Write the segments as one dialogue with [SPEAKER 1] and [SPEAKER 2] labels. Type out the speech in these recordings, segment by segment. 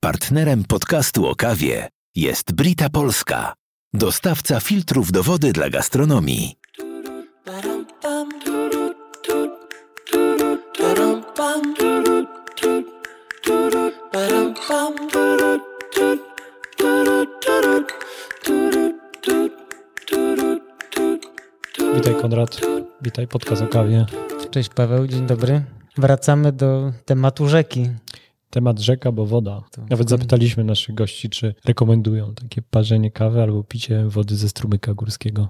[SPEAKER 1] Partnerem podcastu o kawie jest Brita Polska, dostawca filtrów do wody dla gastronomii.
[SPEAKER 2] Witaj Konrad, witaj podcast o kawie.
[SPEAKER 3] Cześć Paweł, dzień dobry. Wracamy do tematu rzeki.
[SPEAKER 2] Temat rzeka, bo woda. Nawet zapytaliśmy naszych gości, czy rekomendują takie parzenie kawy albo picie wody ze strumyka górskiego.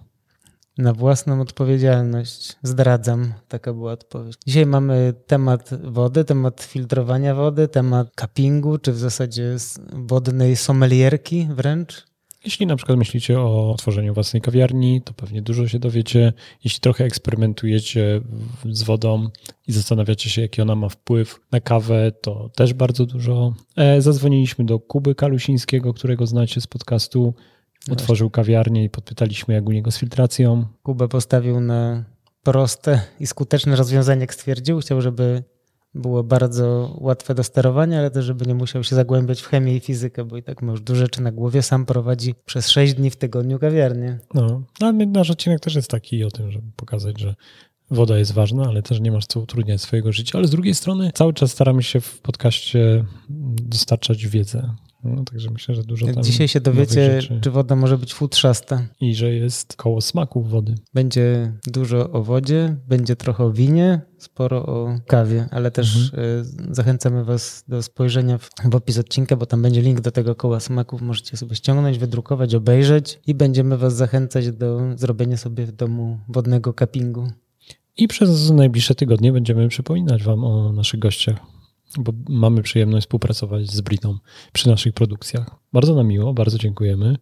[SPEAKER 3] Na własną odpowiedzialność zdradzam, taka była odpowiedź. Dzisiaj mamy temat wody, temat filtrowania wody, temat cuppingu, czy w zasadzie wodnej sommelierki wręcz.
[SPEAKER 2] Jeśli na przykład myślicie o otworzeniu własnej kawiarni, to pewnie dużo się dowiecie. Jeśli trochę eksperymentujecie z wodą i zastanawiacie się, jaki ona ma wpływ na kawę, to też bardzo dużo. Zadzwoniliśmy do Kuby Kalusińskiego, którego znacie z podcastu. Otworzył kawiarnię i podpytaliśmy, jak u niego z filtracją.
[SPEAKER 3] Kuba postawił na proste i skuteczne rozwiązanie, jak stwierdził. Chciał, żeby było bardzo łatwe do sterowania, ale też, żeby nie musiał się zagłębiać w chemię i fizykę, bo i tak ma już dużo rzeczy na głowie. Sam prowadzi przez 6 dni w tygodniu kawiarnię.
[SPEAKER 2] No, a nasz odcinek też jest taki o tym, żeby pokazać, że woda jest ważna, ale też nie masz co utrudniać swojego życia. Ale z drugiej strony cały czas staramy się w podcaście dostarczać wiedzę. No, także myślę, że dużo tam.
[SPEAKER 3] Dzisiaj się dowiecie, czy woda może być futrzasta.
[SPEAKER 2] I że jest koło smaków wody.
[SPEAKER 3] Będzie dużo o wodzie, będzie trochę o winie, sporo o kawie, ale też zachęcamy Was do spojrzenia w opis odcinka, bo tam będzie link do tego koła smaków. Możecie sobie ściągnąć, wydrukować, obejrzeć i będziemy Was zachęcać do zrobienia sobie w domu wodnego cuppingu.
[SPEAKER 2] I przez najbliższe tygodnie będziemy przypominać Wam o naszych gościach, bo mamy przyjemność współpracować z Britą przy naszych produkcjach. Bardzo nam miło, bardzo dziękujemy.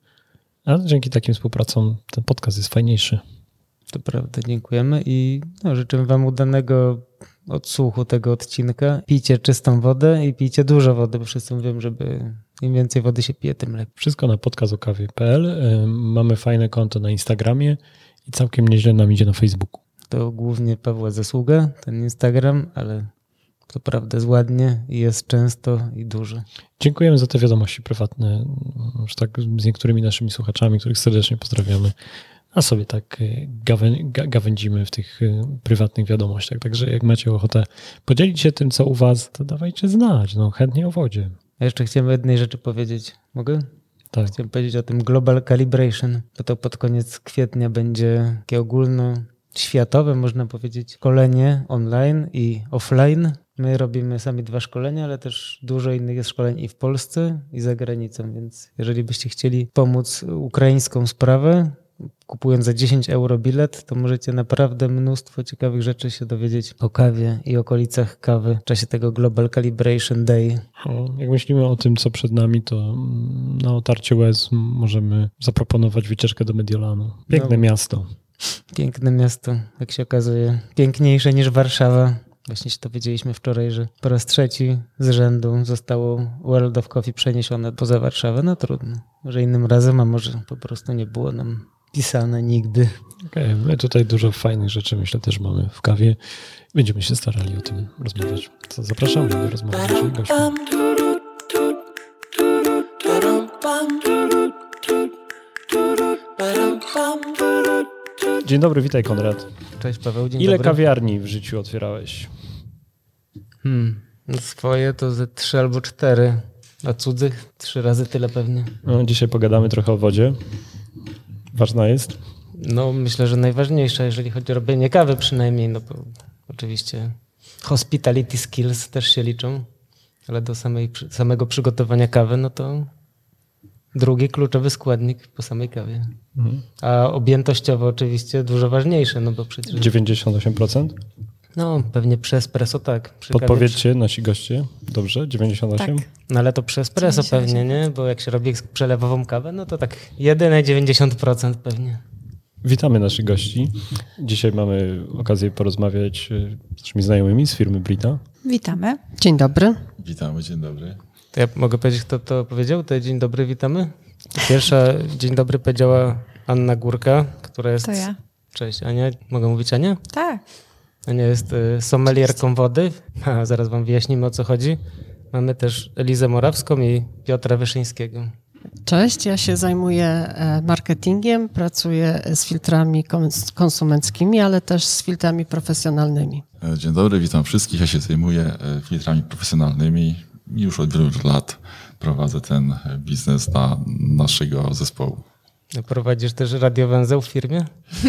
[SPEAKER 2] A dzięki takim współpracom ten podcast jest fajniejszy.
[SPEAKER 3] To prawda, dziękujemy i życzymy Wam udanego odsłuchu tego odcinka. Pijcie czystą wodę i pijcie dużo wody, bo wszyscy mówią, żeby im więcej wody się pije, tym lepiej.
[SPEAKER 2] Wszystko na podcastokawie.pl. Mamy fajne konto na Instagramie i całkiem nieźle nam idzie na Facebooku. To
[SPEAKER 3] głównie Pawła zasługa, ten Instagram, ale to prawda jest ładnie i jest często i dużo.
[SPEAKER 2] Dziękujemy za te wiadomości prywatne, już tak z niektórymi naszymi słuchaczami, których serdecznie pozdrawiamy, a sobie tak gawędzimy w tych prywatnych wiadomościach. Także jak macie ochotę podzielić się tym, co u Was, to dawajcie znać, chętnie o wodzie.
[SPEAKER 3] Ja jeszcze chciałem jednej rzeczy powiedzieć. Mogę?
[SPEAKER 2] Tak.
[SPEAKER 3] Chciałem powiedzieć o tym Global Calibration, bo to pod koniec kwietnia będzie takie ogólnoświatowe, można powiedzieć, szkolenie online i offline. My robimy sami 2 szkolenia, ale też dużo innych jest szkoleń i w Polsce, i za granicą, więc jeżeli byście chcieli pomóc ukraińską sprawę, kupując za 10 euro bilet, to możecie naprawdę mnóstwo ciekawych rzeczy się dowiedzieć o kawie i okolicach kawy w czasie tego Global Calibration Day.
[SPEAKER 2] Jak myślimy o tym, co przed nami, to na otarcie łez możemy zaproponować wycieczkę do Mediolanu. Piękne miasto.
[SPEAKER 3] Piękne miasto, jak się okazuje. Piękniejsze niż Warszawa. Właśnie się dowiedzieliśmy wczoraj, że po raz 3 z rzędu zostało World of Coffee przeniesione poza Warszawę. No trudno. Może innym razem, a może po prostu nie było nam pisane nigdy.
[SPEAKER 2] Okej, my tutaj dużo fajnych rzeczy, myślę, też mamy w kawie. Będziemy się starali o tym rozmawiać. To zapraszamy do rozmowy z naszymi gośćmi. Dzień dobry, witaj Konrad.
[SPEAKER 3] Cześć Paweł, dzień
[SPEAKER 2] Ile
[SPEAKER 3] dobry.
[SPEAKER 2] kawiarni w życiu otwierałeś?
[SPEAKER 3] Swoje to ze 3 albo 4, a cudzych 3 razy tyle pewnie.
[SPEAKER 2] Dzisiaj pogadamy trochę o wodzie. Ważna jest?
[SPEAKER 3] Myślę, że najważniejsza, jeżeli chodzi o robienie kawy przynajmniej, bo oczywiście hospitality skills też się liczą, ale do samego przygotowania kawy, to drugi kluczowy składnik po samej kawie. A objętościowo oczywiście dużo ważniejsze, bo przecież...
[SPEAKER 2] 98%?
[SPEAKER 3] Pewnie przez espresso tak.
[SPEAKER 2] Podpowiedzcie nasi goście. Dobrze, 98?
[SPEAKER 3] Tak. Ale to przez espresso pewnie, nie? Bo jak się robi przelewową kawę, to tak jedyne 90% pewnie.
[SPEAKER 2] Witamy naszych gości. Dzisiaj mamy okazję porozmawiać z naszymi znajomymi z firmy Brita.
[SPEAKER 4] Witamy. Dzień dobry.
[SPEAKER 5] Witamy, dzień dobry.
[SPEAKER 3] To ja mogę powiedzieć, kto to powiedział? To dzień dobry, witamy. Pierwsza dzień dobry powiedziała Anna Górka, która jest...
[SPEAKER 4] To ja.
[SPEAKER 3] Cześć, Ania. Mogę mówić Ania?
[SPEAKER 4] Tak.
[SPEAKER 3] Ania jest sommelierką wody. Zaraz wam wyjaśnimy, o co chodzi. Mamy też Elizę Morawską i Piotra Wyszyńskiego.
[SPEAKER 4] Cześć, ja się zajmuję marketingiem, pracuję z filtrami konsumenckimi, ale też z filtrami profesjonalnymi.
[SPEAKER 5] Dzień dobry, witam wszystkich. Ja się zajmuję filtrami profesjonalnymi i już od wielu lat prowadzę ten biznes dla naszego zespołu.
[SPEAKER 3] Prowadzisz też radiowęzeł w firmie?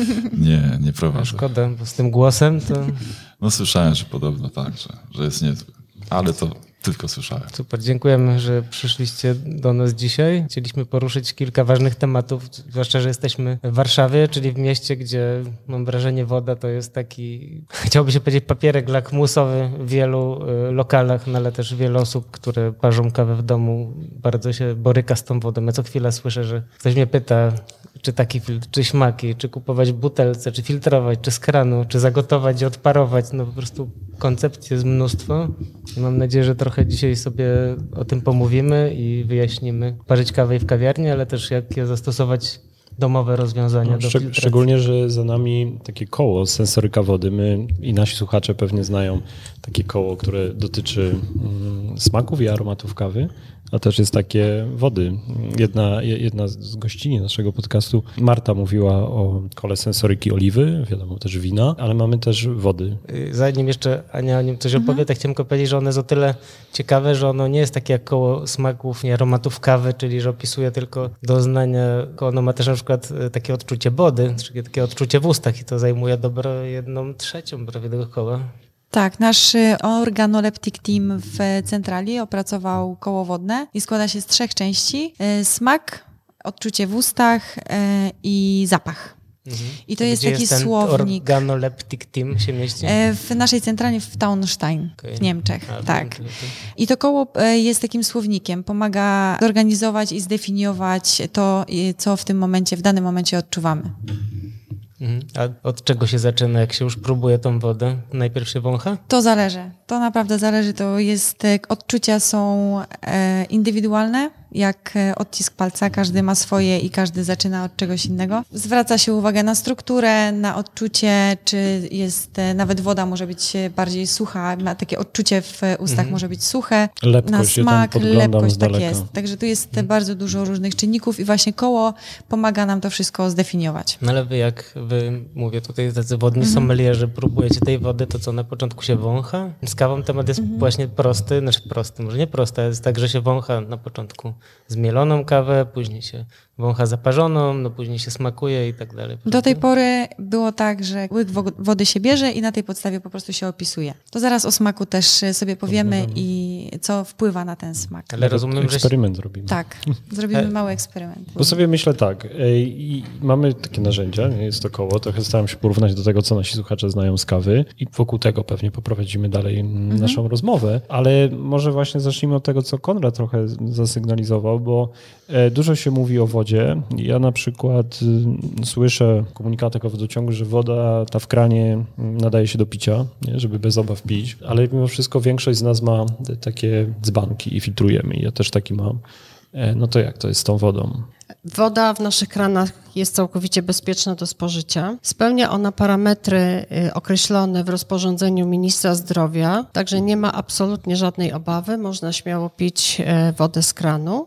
[SPEAKER 5] Nie prowadzę.
[SPEAKER 3] Szkoda, bo z tym głosem to...
[SPEAKER 5] No słyszałem, że podobno tak, że jest niezły, ale to tylko słyszałem.
[SPEAKER 3] Super, dziękujemy, że przyszliście do nas dzisiaj. Chcieliśmy poruszyć kilka ważnych tematów, zwłaszcza, że jesteśmy w Warszawie, czyli w mieście, gdzie mam wrażenie woda to jest taki, chciałoby się powiedzieć, papierek lakmusowy w wielu lokalach, no ale też wiele osób, które parzą kawę w domu, bardzo się boryka z tą wodą. Ja co chwilę słyszę, że ktoś mnie pyta, czy taki filtr, czy śmaki, czy kupować w butelce, czy filtrować, czy z kranu, czy zagotować i odparować. No po prostu koncepcji jest mnóstwo i mam nadzieję, że trochę dzisiaj sobie o tym pomówimy i wyjaśnimy. Parzyć kawę w kawiarni, ale też jak je zastosować domowe rozwiązania do filtracji.
[SPEAKER 2] Szczególnie, że za nami takie koło sensoryka wody. My i nasi słuchacze pewnie znają takie koło, które dotyczy smaków i aromatów kawy, a też jest takie wody. Jedna z gościni naszego podcastu, Marta, mówiła o kole sensoryki oliwy, wiadomo też wina, ale mamy też wody.
[SPEAKER 3] Zanim jeszcze Ania o nim coś opowie, tak chciałem tylko powiedzieć, że ono jest o tyle ciekawe, że ono nie jest takie jak koło smaków, nie aromatów kawy, czyli że opisuje tylko doznania, ono ma też na przykład takie odczucie wody, czyli takie odczucie w ustach i to zajmuje dobro 1/3 prawie tego koła.
[SPEAKER 6] Tak, nasz organoleptic team w centrali opracował koło wodne i składa się z 3 części. Smak, odczucie w ustach i zapach. I to jest taki słownik.
[SPEAKER 3] Organoleptic team się mieści?
[SPEAKER 6] W naszej centrali w Taunstein, w Niemczech. Tak. I to koło jest takim słownikiem. Pomaga zorganizować i zdefiniować to, co w tym momencie, w danym momencie odczuwamy.
[SPEAKER 3] A od czego się zaczyna, jak się już próbuje tą wodę? Najpierw się wącha?
[SPEAKER 6] To zależy. To naprawdę zależy. To jest, odczucia są indywidualne, jak odcisk palca. Każdy ma swoje i każdy zaczyna od czegoś innego. Zwraca się uwagę na strukturę, na odczucie, czy jest, nawet woda może być bardziej sucha, ma takie odczucie w ustach może być suche.
[SPEAKER 2] Lepkość,
[SPEAKER 6] na smak, lepkość, tak
[SPEAKER 2] daleka.
[SPEAKER 6] jest. Także tu jest bardzo dużo różnych czynników i właśnie koło pomaga nam to wszystko zdefiniować.
[SPEAKER 3] No ale mówię tutaj tacy wodni sommelierzy, próbujecie tej wody, to co na początku się wącha? Z kawą temat jest właśnie prosty, może nie prosty, ale jest tak, że się wącha na początku zmieloną kawę, później się wącha zaparzoną, no później się smakuje i tak dalej.
[SPEAKER 6] Do tej pory było tak, że łyk wody się bierze i na tej podstawie po prostu się opisuje. To zaraz o smaku też sobie powiemy i co wpływa na ten smak.
[SPEAKER 2] Ale rozumiem, że eksperyment zrobimy.
[SPEAKER 6] Tak, zrobimy mały eksperyment.
[SPEAKER 2] Bo sobie myślę tak, i mamy takie narzędzia, jest to koło, trochę staram się porównać do tego, co nasi słuchacze znają z kawy i wokół tego pewnie poprowadzimy dalej naszą rozmowę, ale może właśnie zacznijmy od tego, co Konrad trochę zasygnalizował, bo dużo się mówi o wodzie. Ja na przykład słyszę komunikaty o wodociągu, że woda ta w kranie nadaje się do picia, nie? Żeby bez obaw pić, ale mimo wszystko większość z nas ma takie dzbanki i filtrujemy. Ja też taki mam. No to jak to jest z tą wodą?
[SPEAKER 4] Woda w naszych kranach jest całkowicie bezpieczna do spożycia. Spełnia ona parametry określone w rozporządzeniu ministra zdrowia, także nie ma absolutnie żadnej obawy. Można śmiało pić wodę z kranu.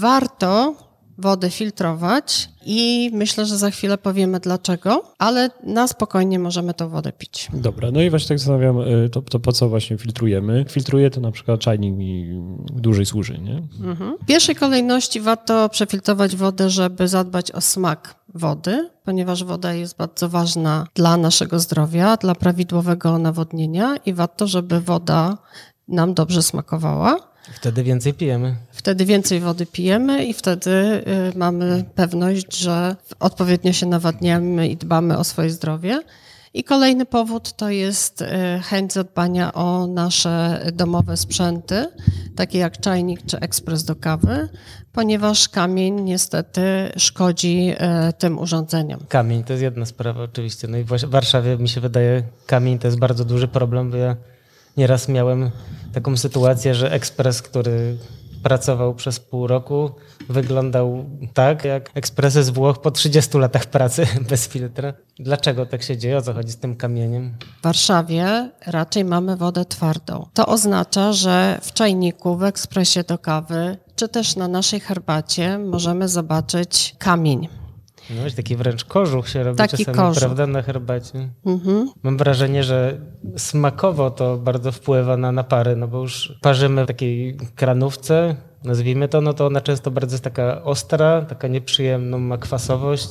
[SPEAKER 4] Warto wodę filtrować i myślę, że za chwilę powiemy dlaczego, ale na spokojnie możemy tą wodę pić.
[SPEAKER 2] Dobra, no i właśnie tak zastanawiam, to po co właśnie filtrujemy? Filtruje to na przykład czajnik mi dłużej służy, nie?
[SPEAKER 4] W pierwszej kolejności warto przefiltrować wodę, żeby zadbać o smak wody, ponieważ woda jest bardzo ważna dla naszego zdrowia, dla prawidłowego nawodnienia i warto, żeby woda nam dobrze smakowała.
[SPEAKER 3] Wtedy więcej pijemy.
[SPEAKER 4] Wtedy więcej wody pijemy i wtedy mamy pewność, że odpowiednio się nawadniamy i dbamy o swoje zdrowie. I kolejny powód to jest chęć zadbania o nasze domowe sprzęty, takie jak czajnik czy ekspres do kawy, ponieważ kamień niestety szkodzi tym urządzeniom.
[SPEAKER 3] Kamień to jest jedna sprawa oczywiście. No i w Warszawie mi się wydaje, kamień to jest bardzo duży problem, bo ja nieraz miałem taką sytuację, że ekspres, który pracował przez pół roku, wyglądał tak jak ekspresy z Włoch po 30 latach pracy bez filtra. Dlaczego tak się dzieje? O co chodzi z tym kamieniem?
[SPEAKER 4] W Warszawie raczej mamy wodę twardą. To oznacza, że w czajniku, w ekspresie do kawy, czy też na naszej herbacie możemy zobaczyć kamień.
[SPEAKER 3] No wiesz, taki wręcz kożuch się robi
[SPEAKER 4] Taki
[SPEAKER 3] czasami,
[SPEAKER 4] kożuch.
[SPEAKER 3] prawda, na herbacie. Mam wrażenie, że smakowo to bardzo wpływa na napary, no bo już parzymy w takiej kranówce, nazwijmy to, no to ona często bardzo jest taka ostra, taka nieprzyjemną, ma kwasowość.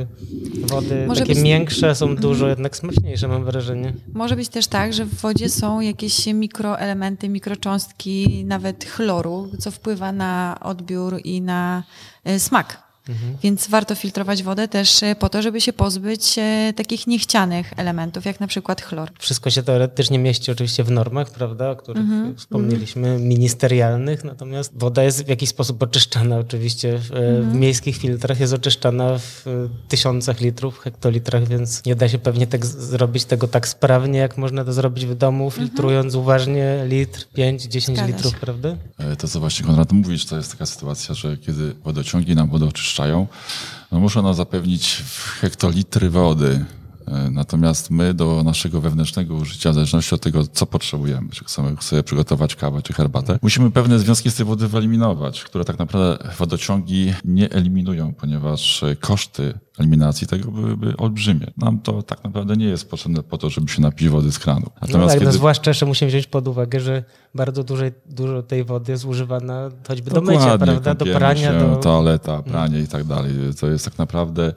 [SPEAKER 3] Wody
[SPEAKER 6] Może
[SPEAKER 3] takie
[SPEAKER 6] być-
[SPEAKER 3] miększe są dużo jednak smaczniejsze, mam wrażenie.
[SPEAKER 6] Może być też tak, że w wodzie są jakieś mikroelementy, mikrocząstki, nawet chloru, co wpływa na odbiór i na smak. Więc warto filtrować wodę też po to, żeby się pozbyć takich niechcianych elementów, jak na przykład chlor.
[SPEAKER 3] Wszystko się teoretycznie mieści oczywiście w normach, prawda, o których wspomnieliśmy, ministerialnych, natomiast woda jest w jakiś sposób oczyszczana oczywiście. W miejskich filtrach jest oczyszczana w tysiącach litrów, hektolitrach, więc nie da się pewnie tak zrobić tego tak sprawnie, jak można to zrobić w domu, filtrując uważnie litr, 5, 10
[SPEAKER 6] Zgadza
[SPEAKER 3] litrów,
[SPEAKER 6] się.
[SPEAKER 3] prawda?
[SPEAKER 5] To, co właśnie Konrad mówisz, to jest taka sytuacja, że kiedy wodociągi nam wodę oczyszczają, no muszą nam zapewnić hektolitry wody. Natomiast my do naszego wewnętrznego użycia, w zależności od tego, co potrzebujemy, czy chcemy sobie przygotować kawę czy herbatę, musimy pewne związki z tej wody wyeliminować, które tak naprawdę wodociągi nie eliminują, ponieważ koszty eliminacji tego byłyby olbrzymie. Nam to tak naprawdę nie jest potrzebne po to, żeby się napić wody z kranu.
[SPEAKER 3] No tak, no zwłaszcza jeszcze musimy wziąć pod uwagę, że bardzo dużo tej wody jest używana choćby do mycia, prawda, do
[SPEAKER 5] kąpiemy
[SPEAKER 3] prania,
[SPEAKER 5] się,
[SPEAKER 3] do...
[SPEAKER 5] toaleta, pranie i tak dalej. To jest tak naprawdę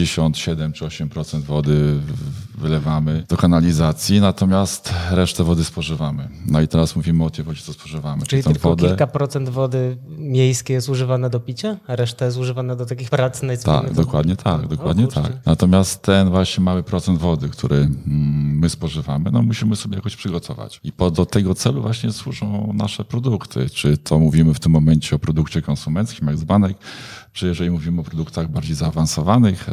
[SPEAKER 5] 97 czy 8% wody wylewamy do kanalizacji, natomiast resztę wody spożywamy. No i teraz mówimy o tej wodzie, co spożywamy.
[SPEAKER 3] Czyli
[SPEAKER 5] tą
[SPEAKER 3] tylko
[SPEAKER 5] wodę...
[SPEAKER 3] kilka procent wody miejskiej jest używana do picia, a reszta jest używana do takich prac najzwyczajnych.
[SPEAKER 5] Tak, dokładnie tak, dokładnie
[SPEAKER 3] kurczę.
[SPEAKER 5] tak. Natomiast ten właśnie mały procent wody, który my spożywamy, no musimy sobie jakoś przygotować. I do tego celu właśnie służą nasze produkty. Czy to mówimy w tym momencie o produkcie konsumenckim, jak dzbanek, czy jeżeli mówimy o produktach bardziej zaawansowanych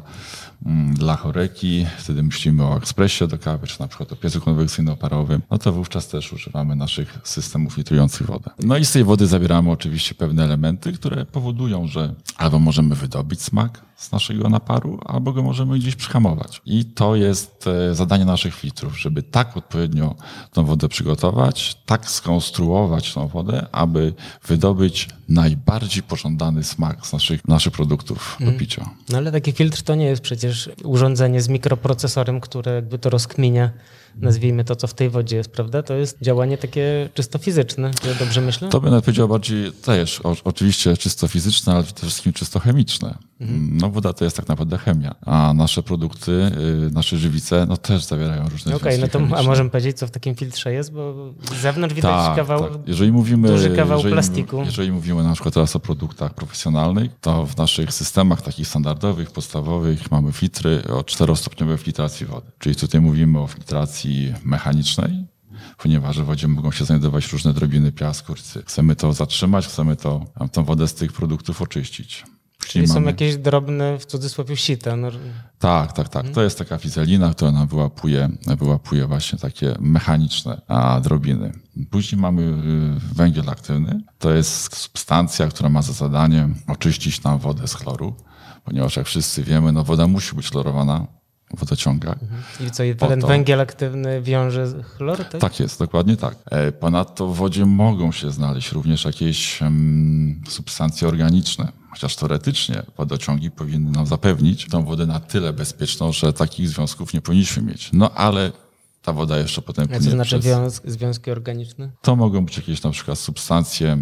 [SPEAKER 5] dla choreki, wtedy myślimy o ekspresie do kawy, czy na przykład o piecu konwekcyjno-parowym, no to wówczas też używamy naszych systemów filtrujących wodę. No i z tej wody zabieramy oczywiście pewne elementy, które powodują, że albo możemy wydobyć smak z naszego naparu, albo go możemy gdzieś przyhamować. I to jest zadanie naszych filtrów, żeby tak odpowiednio tą wodę przygotować, tak skonstruować tą wodę, aby wydobyć najbardziej pożądany smak z naszych produktów do picia.
[SPEAKER 3] No ale taki filtr to nie jest przecież urządzenie z mikroprocesorem, które jakby to rozkminia, nazwijmy to, co w tej wodzie jest, prawda? To jest działanie takie czysto fizyczne, ja dobrze myślę?
[SPEAKER 5] To bym nawet powiedział bardziej też, oczywiście czysto fizyczne, ale przede wszystkim czysto chemiczne. No woda to jest tak naprawdę chemia, a nasze produkty, nasze żywice, no też zawierają różne
[SPEAKER 3] Okej,
[SPEAKER 5] związki
[SPEAKER 3] no to
[SPEAKER 5] chemiczne.
[SPEAKER 3] a możemy powiedzieć, co w takim filtrze jest, bo z zewnątrz widać kawał,
[SPEAKER 5] Tak. Jeżeli mówimy,
[SPEAKER 3] duży kawał plastiku.
[SPEAKER 5] Jeżeli mówimy na przykład teraz o produktach profesjonalnych, to w naszych systemach takich standardowych, podstawowych mamy filtry o 4-stopniowej filtracji wody. Czyli tutaj mówimy o filtracji mechanicznej, ponieważ w wodzie mogą się znajdować różne drobiny piasku. Chcemy to zatrzymać, chcemy tą wodę z tych produktów oczyścić.
[SPEAKER 3] Czyli są jakieś drobne, w cudzysłowie, sita. No.
[SPEAKER 5] Tak. To jest taka fizelina, która nam wyłapuje właśnie takie mechaniczne drobiny. Później mamy węgiel aktywny. To jest substancja, która ma za zadanie oczyścić nam wodę z chloru, ponieważ jak wszyscy wiemy, no woda musi być chlorowana w wodociągach.
[SPEAKER 3] I co, ten węgiel aktywny wiąże chlor? Tak?
[SPEAKER 5] Tak jest, dokładnie tak. Ponadto w wodzie mogą się znaleźć również jakieś substancje organiczne, chociaż teoretycznie wodociągi powinny nam zapewnić tą wodę na tyle bezpieczną, że takich związków nie powinniśmy mieć. No ale ta woda jeszcze potem płynie.
[SPEAKER 3] A co znaczy związki organiczne?
[SPEAKER 5] To mogą być jakieś na przykład substancje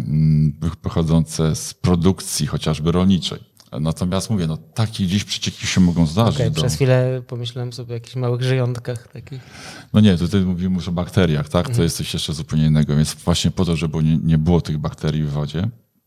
[SPEAKER 5] pochodzące z produkcji chociażby rolniczej. Natomiast mówię, no takie gdzieś przecieki się mogą zdarzyć.
[SPEAKER 3] Okay, przez chwilę pomyślałem sobie o jakichś małych żyjątkach takich.
[SPEAKER 5] No nie, tutaj mówimy już o bakteriach, tak? To jest coś jeszcze zupełnie innego, więc właśnie po to, żeby nie było tych bakterii w wodzie,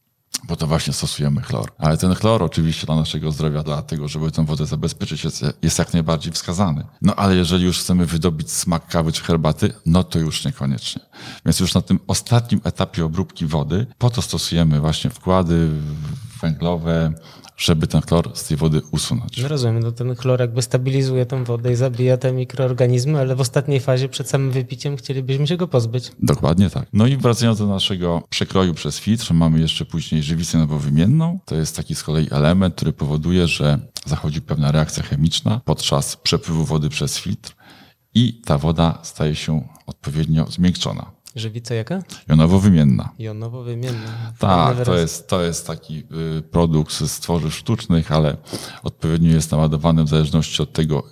[SPEAKER 5] bo to właśnie stosujemy chlor. Ale ten chlor oczywiście dla naszego zdrowia, dlatego, żeby tę wodę zabezpieczyć, jest jak najbardziej wskazany. No ale jeżeli już chcemy wydobyć smak kawy czy herbaty, no to już niekoniecznie. Więc już na tym ostatnim etapie obróbki wody, po to stosujemy właśnie wkłady węglowe, żeby ten chlor z tej wody usunąć.
[SPEAKER 3] No rozumiem, no ten chlor jakby stabilizuje tą wodę i zabija te mikroorganizmy, ale w ostatniej fazie przed samym wypiciem chcielibyśmy się go pozbyć.
[SPEAKER 5] Dokładnie tak. No i wracając do naszego przekroju przez filtr, mamy jeszcze później żywicę nowowymienną. To jest taki z kolei element, który powoduje, że zachodzi pewna reakcja chemiczna podczas przepływu wody przez filtr i ta woda staje się odpowiednio zmiękczona.
[SPEAKER 3] Żywica jaka?
[SPEAKER 5] Jonowo-wymienna.
[SPEAKER 3] Jonowo-wymienna.
[SPEAKER 5] Tak, to jest taki produkt z tworzyw sztucznych, ale odpowiednio jest naładowany w zależności od tego,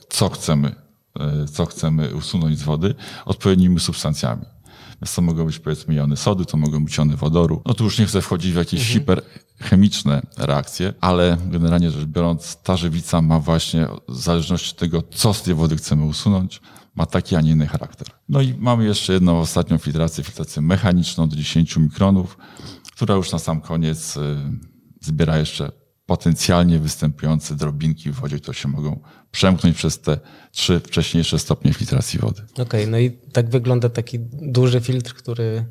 [SPEAKER 5] co chcemy usunąć z wody, odpowiednimi substancjami. Więc to mogą być powiedzmy jony sody, to mogą być jony wodoru. No tu już nie chcę wchodzić w jakieś hiperchemiczne reakcje, ale generalnie rzecz biorąc ta żywica ma właśnie w zależności od tego, co z tej wody chcemy usunąć, ma taki, a nie inny charakter. No i mamy jeszcze jedną ostatnią filtrację mechaniczną do 10 mikronów, która już na sam koniec zbiera jeszcze potencjalnie występujące drobinki w wodzie, które się mogą przemknąć przez te 3 wcześniejsze stopnie filtracji wody.
[SPEAKER 3] Okej, no i tak wygląda taki duży filtr, który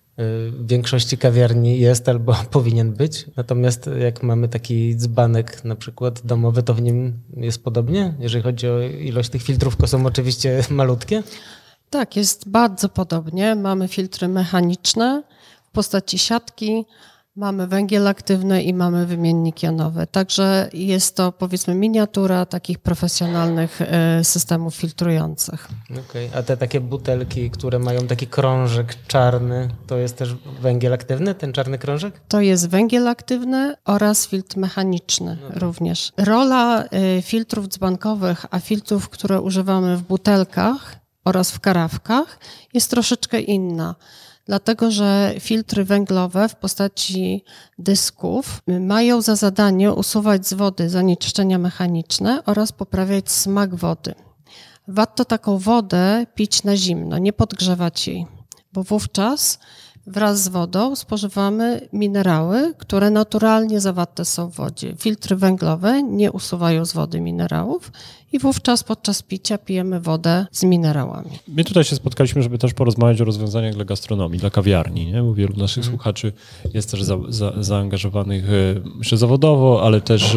[SPEAKER 3] w większości kawiarni jest albo powinien być. Natomiast jak mamy taki dzbanek na przykład domowy, to w nim jest podobnie, jeżeli chodzi o ilość tych filtrów, to są oczywiście malutkie.
[SPEAKER 4] Tak, jest bardzo podobnie. Mamy filtry mechaniczne w postaci siatki, mamy węgiel aktywny i mamy wymiennik jonowy. Także jest to powiedzmy miniatura takich profesjonalnych systemów filtrujących.
[SPEAKER 3] Okej. A te takie butelki, które mają taki krążek czarny, to jest też węgiel aktywny, ten czarny krążek?
[SPEAKER 4] To jest węgiel aktywny oraz filtr mechaniczny również. Rola filtrów dzbankowych, a filtrów, które używamy w butelkach oraz w karawkach jest troszeczkę inna. Dlatego, że filtry węglowe w postaci dysków mają za zadanie usuwać z wody zanieczyszczenia mechaniczne oraz poprawiać smak wody. Warto taką wodę pić na zimno, nie podgrzewać jej, bo wówczas wraz z wodą spożywamy minerały, które naturalnie zawarte są w wodzie. Filtry węglowe nie usuwają z wody minerałów i wówczas podczas picia pijemy wodę z minerałami.
[SPEAKER 2] My tutaj się spotkaliśmy, żeby też porozmawiać o rozwiązaniach dla gastronomii, dla kawiarni, nie? Bo wielu naszych słuchaczy jest też zaangażowanych, myślę, zawodowo, ale też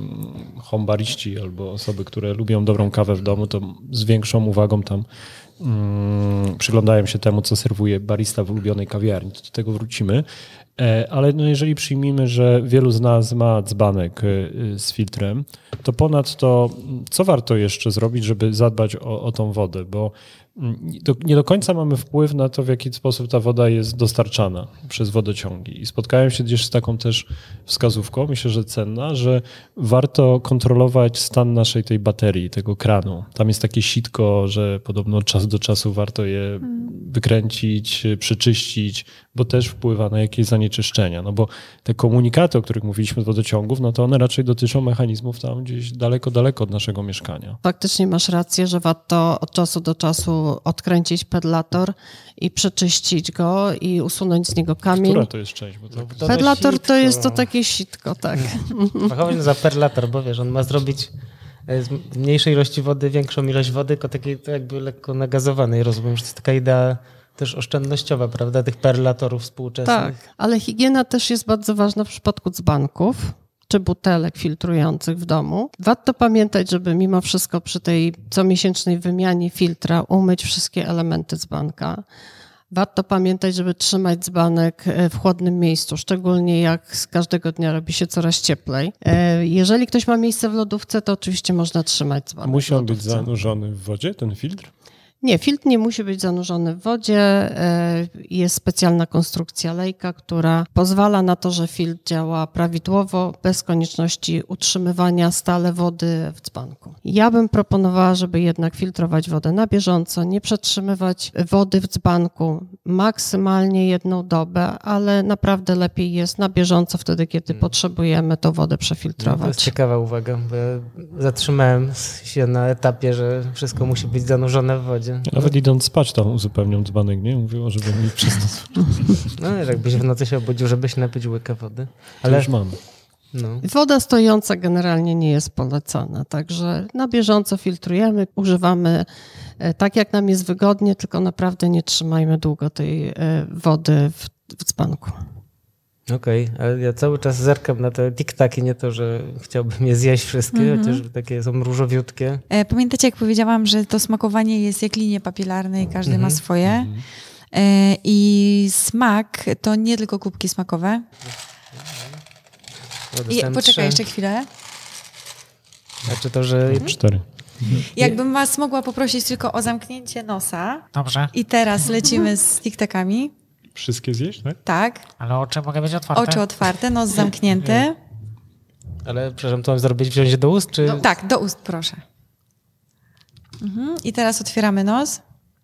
[SPEAKER 2] homebariści albo osoby, które lubią dobrą kawę w domu, to z większą uwagą tam przyglądają się temu, co serwuje barista w ulubionej kawiarni. Do tego wrócimy. Ale no jeżeli przyjmijmy, że wielu z nas ma dzbanek z filtrem, to ponadto co warto jeszcze zrobić, żeby zadbać o tą wodę? Bo nie do końca mamy wpływ na to, w jaki sposób ta woda jest dostarczana przez wodociągi. I spotkałem się gdzieś z taką też wskazówką, myślę, że cenna, że warto kontrolować stan naszej tej baterii, tego kranu. Tam jest takie sitko, że podobno od czasu do czasu warto je wykręcić, przeczyścić, bo też wpływa na jakieś zanieczyszczenia. No bo te komunikaty, o których mówiliśmy z wodociągów, no to one raczej dotyczą mechanizmów tam gdzieś daleko, daleko od naszego mieszkania.
[SPEAKER 4] Faktycznie masz rację, że warto od czasu do czasu odkręcić pedlator i przeczyścić go i usunąć z niego kamień.
[SPEAKER 2] Która to jest część? Bo tak...
[SPEAKER 4] Pedlator to jest to takie sitko, tak.
[SPEAKER 3] Fachowo za perlator, bo wiesz, on ma zrobić z mniejszej ilości wody większą ilość wody, tylko takiej to jakby lekko nagazowanej. Rozumiem, że to jest taka idea też oszczędnościowa, prawda, tych perlatorów współczesnych.
[SPEAKER 4] Tak, ale higiena też jest bardzo ważna w przypadku dzbanków czy butelek filtrujących w domu. Warto pamiętać, żeby mimo wszystko przy tej comiesięcznej wymianie filtra umyć wszystkie elementy dzbanka. Warto pamiętać, żeby trzymać dzbanek w chłodnym miejscu, szczególnie jak z każdego dnia robi się coraz cieplej. Jeżeli ktoś ma miejsce w lodówce, to oczywiście można trzymać dzbanek.
[SPEAKER 2] Musi on być zanurzony w wodzie, ten filtr?
[SPEAKER 4] Nie, filtr nie musi być zanurzony w wodzie. Jest specjalna konstrukcja lejka, która pozwala na to, że filtr działa prawidłowo, bez konieczności utrzymywania stale wody w dzbanku. Ja bym proponowała, żeby jednak filtrować wodę na bieżąco, nie przetrzymywać wody w dzbanku maksymalnie 1 dobę, ale naprawdę lepiej jest na bieżąco wtedy, kiedy potrzebujemy tą wodę przefiltrować.
[SPEAKER 3] To jest ciekawa uwaga, bo ja zatrzymałem się na etapie, że wszystko musi być zanurzone w wodzie.
[SPEAKER 2] Ja nawet idąc spać tam uzupełniam dzbanek, nie? Mówiło, żeby mi przez noc...
[SPEAKER 3] No, jakbyś w nocy się obudził, żebyś napić łyka wody.
[SPEAKER 2] Ale już mam.
[SPEAKER 3] No.
[SPEAKER 4] Woda stojąca generalnie nie jest polecana, także na bieżąco filtrujemy, używamy tak, jak nam jest wygodnie, tylko naprawdę nie trzymajmy długo tej wody w dzbanku.
[SPEAKER 3] Okej, ale ja cały czas zerkam na te tiktaki, nie to, że chciałbym je zjeść wszystkie, chociaż takie są różowiutkie.
[SPEAKER 6] Pamiętacie, jak powiedziałam, że to smakowanie jest jak linie papilarne i każdy ma swoje. I smak to nie tylko kubki smakowe. Poczekaj jeszcze chwilę.
[SPEAKER 3] Znaczy to, że...
[SPEAKER 2] 4.
[SPEAKER 6] Jakbym was mogła poprosić tylko o zamknięcie nosa.
[SPEAKER 7] Dobrze,
[SPEAKER 6] I teraz lecimy z tiktakami.
[SPEAKER 2] Wszystkie zjeść, tak?
[SPEAKER 6] Tak.
[SPEAKER 7] ale oczy mogę być otwarte?
[SPEAKER 6] Oczy otwarte, nos zamknięty.
[SPEAKER 3] Ale przepraszam, to mam zrobić, wziąć do ust, czy...
[SPEAKER 6] Tak, do ust proszę. I teraz otwieramy nos.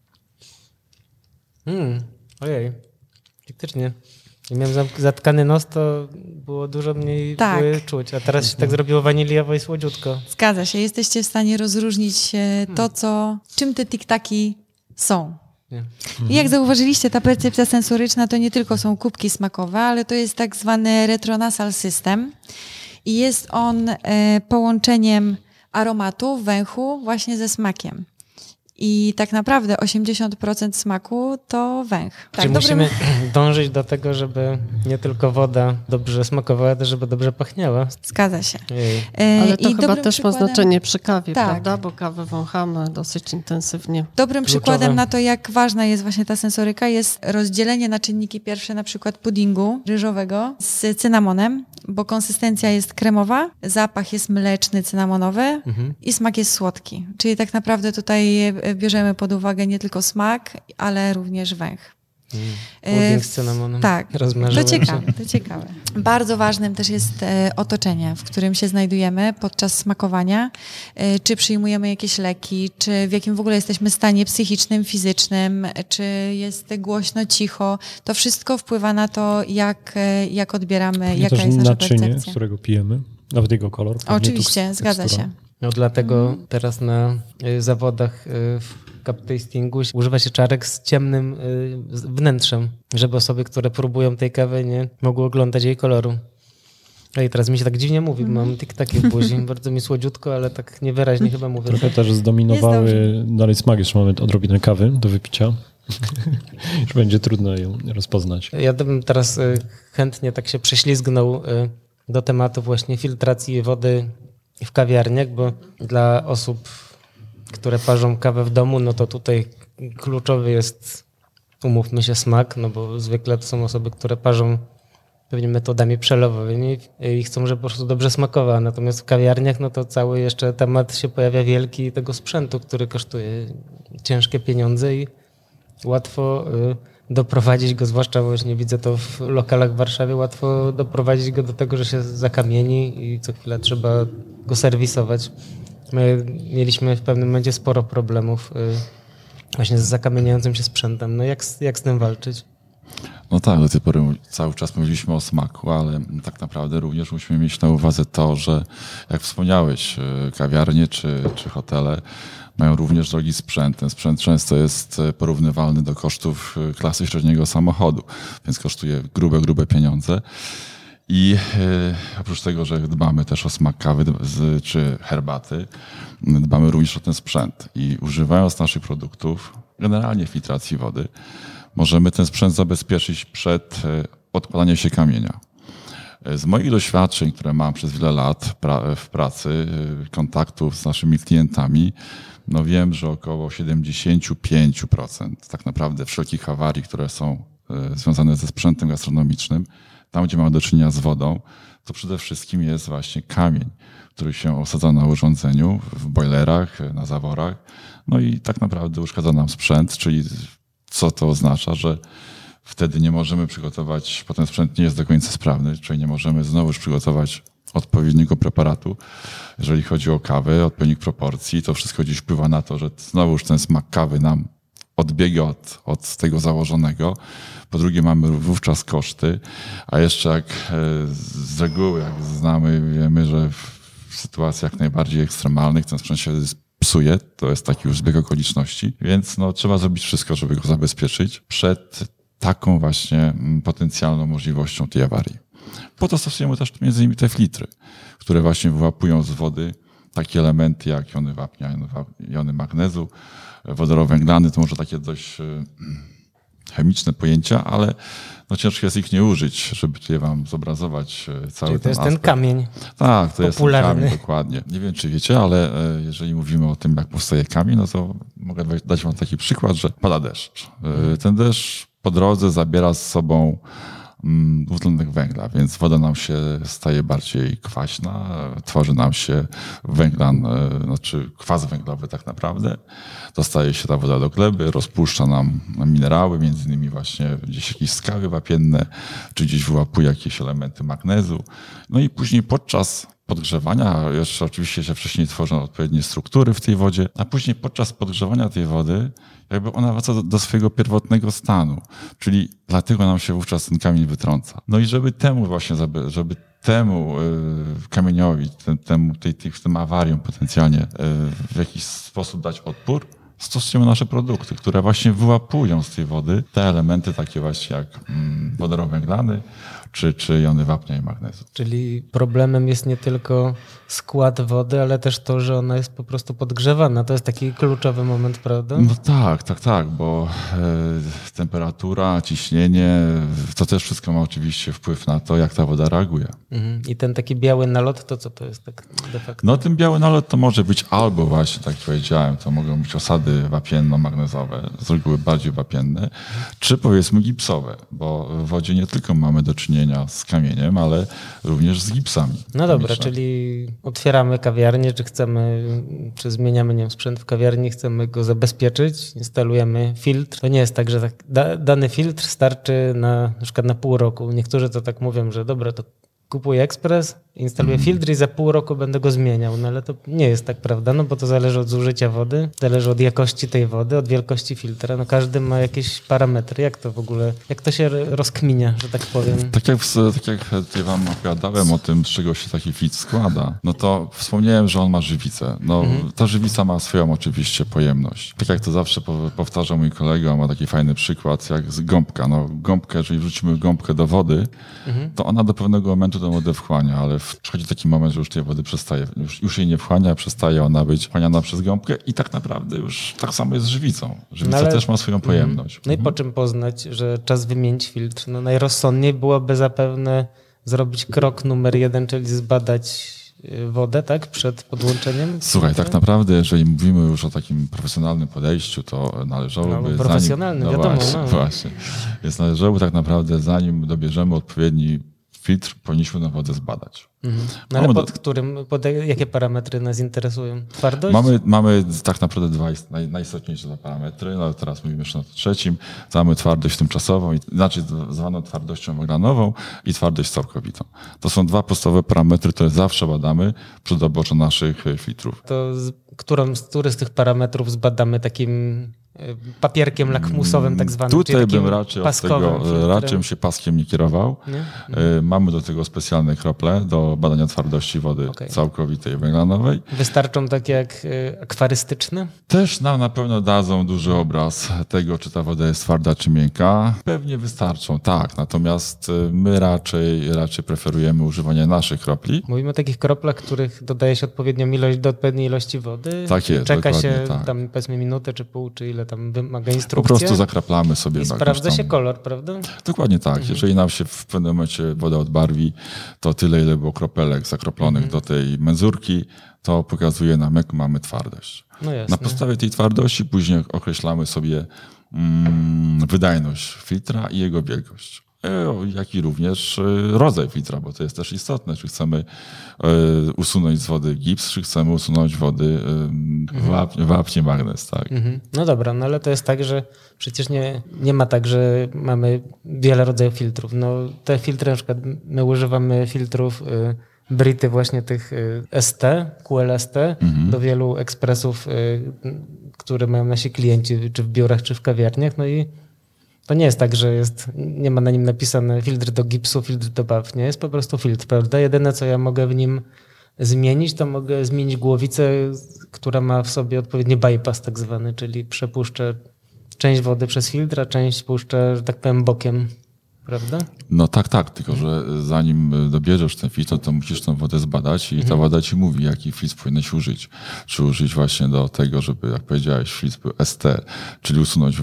[SPEAKER 3] Ojej, faktycznie. Jak miałem zatkany nos, to było dużo mniej były czuć, a teraz się tak zrobiło waniliowo i słodziutko.
[SPEAKER 6] Zgadza się. Jesteście w stanie rozróżnić to, czym te tiktaki są. I jak zauważyliście, ta percepcja sensoryczna to nie tylko są kubki smakowe, ale to jest tak zwany retronasal system i jest on połączeniem aromatu, węchu właśnie ze smakiem. I tak naprawdę 80% smaku to węch.
[SPEAKER 3] Czyli musimy dążyć do tego, żeby nie tylko woda dobrze smakowała, też żeby dobrze pachniała.
[SPEAKER 6] Zgadza się.
[SPEAKER 4] Ale to chyba też ma znaczenie przy kawie,
[SPEAKER 6] tak,
[SPEAKER 4] prawda? Bo kawę wąchamy dosyć intensywnie.
[SPEAKER 6] Dobrym przykładem na to, jak ważna jest właśnie ta sensoryka, jest rozdzielenie na czynniki pierwsze na przykład puddingu ryżowego z cynamonem, bo konsystencja jest kremowa, zapach jest mleczny, cynamonowy i smak jest słodki. Czyli tak naprawdę tutaj bierzemy pod uwagę nie tylko smak, ale również węch.
[SPEAKER 3] Pudding z cynamonem.
[SPEAKER 6] Tak,
[SPEAKER 3] Rozmarzyłem
[SPEAKER 6] to ciekawe. Bardzo ważnym też jest otoczenie, w którym się znajdujemy podczas smakowania. Czy przyjmujemy jakieś leki, czy w jakim w ogóle jesteśmy stanie psychicznym, fizycznym, czy jest głośno, cicho. To wszystko wpływa na to, jak odbieramy, jaka jest nasza
[SPEAKER 2] naczynie,
[SPEAKER 6] percepcja.
[SPEAKER 2] z którego pijemy, nawet jego kolor.
[SPEAKER 6] Oczywiście, zgadza się.
[SPEAKER 3] No dlatego teraz na zawodach w cup tastingu używa się czarek z ciemnym wnętrzem, żeby osoby, które próbują tej kawy, nie mogły oglądać jej koloru. No i teraz mi się tak dziwnie mówi, mam tiktaki w buzi, bardzo mi słodziutko, ale tak niewyraźnie chyba mówię.
[SPEAKER 2] Trochę też zdominowały dalej smaki, jeszcze mamy odrobinę kawy do wypicia. Już będzie trudno ją rozpoznać.
[SPEAKER 3] Ja bym teraz chętnie tak się prześlizgnął do tematu właśnie filtracji wody w kawiarniach, bo dla osób, które parzą kawę w domu, no to tutaj kluczowy jest, umówmy się, smak, no bo zwykle to są osoby, które parzą pewnie metodami przelowowymi i chcą, żeby po prostu dobrze smakowała. Natomiast w kawiarniach, no to cały jeszcze temat się pojawia wielki tego sprzętu, który kosztuje ciężkie pieniądze i łatwo doprowadzić go, zwłaszcza właśnie widzę to w lokalach w Warszawie, łatwo doprowadzić go do tego, że się zakamieni i co chwilę trzeba go serwisować. My mieliśmy w pewnym momencie sporo problemów właśnie z zakamieniającym się sprzętem. No jak z tym walczyć?
[SPEAKER 5] No tak, do tej pory cały czas mówiliśmy o smaku, ale tak naprawdę również musimy mieć na uwadze to, że jak wspomniałeś, kawiarnie czy hotele mają również drogi sprzęt. Ten sprzęt często jest porównywalny do kosztów klasy średniego samochodu, więc kosztuje grube pieniądze. I oprócz tego, że dbamy też o smak kawy czy herbaty, dbamy również o ten sprzęt. I używając naszych produktów, generalnie filtracji wody, możemy ten sprzęt zabezpieczyć przed odpalaniem się kamienia. Z moich doświadczeń, które mam przez wiele lat w pracy, kontaktów z naszymi klientami, no wiem, że około 75% tak naprawdę wszelkich awarii, które są związane ze sprzętem gastronomicznym, tam gdzie mamy do czynienia z wodą, to przede wszystkim jest właśnie kamień, który się osadza na urządzeniu, w bojlerach, na zaworach, no i tak naprawdę uszkadza nam sprzęt, czyli co to oznacza, że wtedy nie możemy przygotować, bo ten sprzęt nie jest do końca sprawny, czyli nie możemy znowuż przygotować odpowiedniego preparatu. Jeżeli chodzi o kawę, odpowiednich proporcji, to wszystko gdzieś wpływa na to, że znowuż ten smak kawy nam odbiega od tego założonego. Po drugie mamy wówczas koszty, a jeszcze jak z reguły, jak znamy, wiemy, że w sytuacjach najbardziej ekstremalnych ten sprzęt się psuje, to jest taki już zbieg okoliczności, więc no, trzeba zrobić wszystko, żeby go zabezpieczyć przed taką właśnie potencjalną możliwością tej awarii. Po to stosujemy też między innymi te filtry, które właśnie wyłapują z wody takie elementy jak jony wapnia, jony magnezu, wodorowęglany, to może takie dość chemiczne pojęcia, ale no ciężko jest ich nie użyć, żeby tutaj wam zobrazować cały
[SPEAKER 3] Czyli to
[SPEAKER 5] ten
[SPEAKER 3] jest
[SPEAKER 5] aspekt.
[SPEAKER 3] ten kamień.
[SPEAKER 5] Tak, to jest ten
[SPEAKER 3] popularny.
[SPEAKER 5] kamień, dokładnie. Nie wiem, czy wiecie, ale jeżeli mówimy o tym, jak powstaje kamień, no to mogę dać wam taki przykład, że pada deszcz. Ten deszcz po drodze zabiera z sobą dwutlenek węgla, więc woda nam się staje bardziej kwaśna, tworzy nam się węglan, znaczy kwas węglowy tak naprawdę. Dostaje się ta woda do gleby, rozpuszcza nam minerały, między innymi właśnie gdzieś jakieś skały wapienne, czy gdzieś wyłapuje jakieś elementy magnezu. No i później podczas podgrzewania, jeszcze oczywiście się wcześniej tworzą odpowiednie struktury w tej wodzie, a później podczas podgrzewania tej wody jakby ona wraca do swojego pierwotnego stanu, czyli dlatego nam się wówczas ten kamień wytrąca. No i żeby temu kamieniowi, tym awariom potencjalnie w jakiś sposób dać odpór, stosujemy nasze produkty, które właśnie wyłapują z tej wody te elementy takie właśnie jak wodorowęglany, czy jony wapnia i magnezu.
[SPEAKER 3] Czyli problemem jest nie tylko skład wody, ale też to, że ona jest po prostu podgrzewana. To jest taki kluczowy moment, prawda?
[SPEAKER 5] No tak, bo temperatura, ciśnienie, to też wszystko ma oczywiście wpływ na to, jak ta woda reaguje.
[SPEAKER 3] I ten taki biały nalot, to co to jest tak de facto?
[SPEAKER 5] No ten biały nalot to może być albo właśnie, tak jak powiedziałem, to mogą być osady wapienno-magnezowe, z reguły bardziej wapienne, czy powiedzmy gipsowe, bo w wodzie nie tylko mamy do czynienia z kamieniem, ale również z gipsami.
[SPEAKER 3] No dobra,
[SPEAKER 5] chemicznymi.
[SPEAKER 3] czyli otwieramy kawiarnię, czy zmieniamy, nie wiem, sprzęt w kawiarni, chcemy go zabezpieczyć, instalujemy filtr. To nie jest tak, że dany filtr starczy na przykład na pół roku. Niektórzy to tak mówią, że dobra, to kupuję ekspres, instaluję filtr i za pół roku będę go zmieniał. No ale to nie jest tak, prawda? No bo to zależy od zużycia wody, zależy od jakości tej wody, od wielkości filtra. No każdy ma jakieś parametry. Jak to w ogóle, jak to się rozkminia, że tak powiem?
[SPEAKER 5] Tak jak tutaj wam opowiadałem o tym, z czego się taki filtr składa, no to wspomniałem, że on ma żywicę. No, ta żywica ma swoją oczywiście pojemność. Tak jak to zawsze powtarzał mój kolega, ma taki fajny przykład, jak z gąbka. No, gąbkę, jeżeli wrzucimy gąbkę do wody, to ona do pewnego momentu tę wodę wchłania, ale przychodzi taki moment, że już tej wody przestaje, już jej nie wchłania, przestaje ona być wchłaniana przez gąbkę i tak naprawdę już tak samo jest z żywicą. Żywica też ma swoją pojemność.
[SPEAKER 3] No i po czym poznać, że czas wymienić filtr? No najrozsądniej byłoby zapewne zrobić krok numer 1, czyli zbadać wodę, tak? Przed podłączeniem?
[SPEAKER 5] Słuchaj, tak naprawdę, jeżeli mówimy już o takim profesjonalnym podejściu, to należałoby...
[SPEAKER 3] No, profesjonalnym, wiadomo.
[SPEAKER 5] Właśnie. Więc należałoby tak naprawdę, zanim dobierzemy odpowiedni filtr, powinniśmy tę wodę zbadać.
[SPEAKER 3] No ale pod jakie parametry nas interesują? Twardość?
[SPEAKER 5] Mamy tak naprawdę dwa najistotniejsze parametry. No teraz mówimy jeszcze o trzecim. Mamy twardość tymczasową, inaczej zwaną twardością węglanową i twardość całkowitą. To są dwa podstawowe parametry, które zawsze badamy przy doborze naszych filtrów.
[SPEAKER 3] To który z tych parametrów zbadamy takim papierkiem lakmusowym tak zwanym?
[SPEAKER 5] Tutaj bym raczej się paskiem nie kierował. Mamy do tego specjalne krople do badania twardości wody całkowitej węglanowej.
[SPEAKER 3] Wystarczą takie jak akwarystyczne?
[SPEAKER 5] Też nam na pewno dadzą duży obraz tego, czy ta woda jest twarda, czy miękka. Pewnie wystarczą, tak. Natomiast my raczej preferujemy używanie naszych kropli.
[SPEAKER 3] Mówimy o takich kroplach, których dodaje się odpowiednią ilość do odpowiedniej ilości wody.
[SPEAKER 5] Tak jest,
[SPEAKER 3] czeka się
[SPEAKER 5] tak.
[SPEAKER 3] Tam powiedzmy minutę czy pół, czy ile tam wymaga instrukcja.
[SPEAKER 5] Po prostu zakraplamy sobie.
[SPEAKER 3] I sprawdza się kolor, prawda?
[SPEAKER 5] Dokładnie tak. Jeżeli nam się w pewnym momencie woda odbarwi, to tyle, ile było kropelek zakroplonych do tej menzurki, to pokazuje nam, jaką mamy twardość.
[SPEAKER 3] No jasne.
[SPEAKER 5] Na podstawie tej twardości później określamy sobie wydajność filtra i jego wielkość. Jak i również rodzaj filtra, bo to jest też istotne, czy chcemy usunąć z wody gips, czy chcemy usunąć wody wapnie, magnez. Tak.
[SPEAKER 3] No dobra, no ale to jest tak, że przecież nie ma tak, że mamy wiele rodzajów filtrów. No te filtry, na przykład my używamy filtrów Brity właśnie tych ST, QLST do wielu ekspresów, które mają nasi klienci, czy w biurach, czy w kawiarniach, no i to nie jest tak, że nie ma na nim napisane filtr do gipsu, filtr do baw. Nie, jest po prostu filtr, prawda? Jedyne, co ja mogę w nim zmienić, to mogę zmienić głowicę, która ma w sobie odpowiedni bypass tak zwany, czyli przepuszczę część wody przez filtr, a część puszczę, że tak powiem, bokiem prawda?
[SPEAKER 5] No tak, tylko że zanim dobierzesz ten filtr, to musisz tę wodę zbadać i ta woda ci mówi, jaki filtr powinieneś użyć. Czy użyć właśnie do tego, żeby, jak powiedziałeś, filtr był ST, czyli usunąć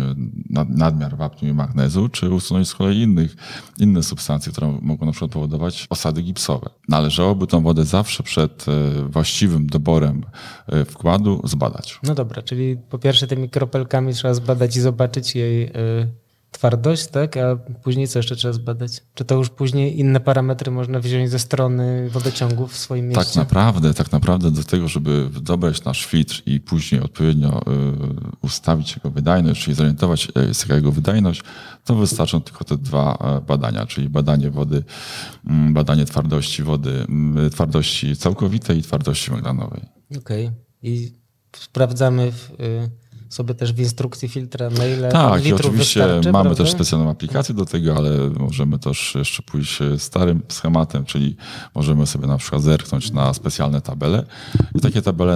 [SPEAKER 5] nadmiar wapniu i magnezu, czy usunąć z kolei inne substancje, które mogą na przykład powodować osady gipsowe. Należałoby tą wodę zawsze przed właściwym doborem wkładu zbadać.
[SPEAKER 3] No dobra, czyli po pierwsze tymi kropelkami trzeba zbadać i zobaczyć jej twardość, tak? A później co jeszcze trzeba zbadać? Czy to już później inne parametry można wziąć ze strony wodociągów w swoim mieście?
[SPEAKER 5] Tak naprawdę do tego, żeby dobrać nasz filtr i później odpowiednio ustawić jego wydajność, czyli zorientować się, jaka jego wydajność, to wystarczą tylko te dwa badania, czyli badanie wody, badanie twardości wody, twardości całkowitej i twardości maglanowej.
[SPEAKER 3] Okej. I sprawdzamy sobie też w instrukcji filtra, na ile
[SPEAKER 5] tak, i oczywiście
[SPEAKER 3] wystarczy,
[SPEAKER 5] mamy
[SPEAKER 3] prawda?
[SPEAKER 5] też specjalną aplikację do tego, ale możemy też jeszcze pójść starym schematem, czyli możemy sobie na przykład zerknąć na specjalne tabele i takie tabele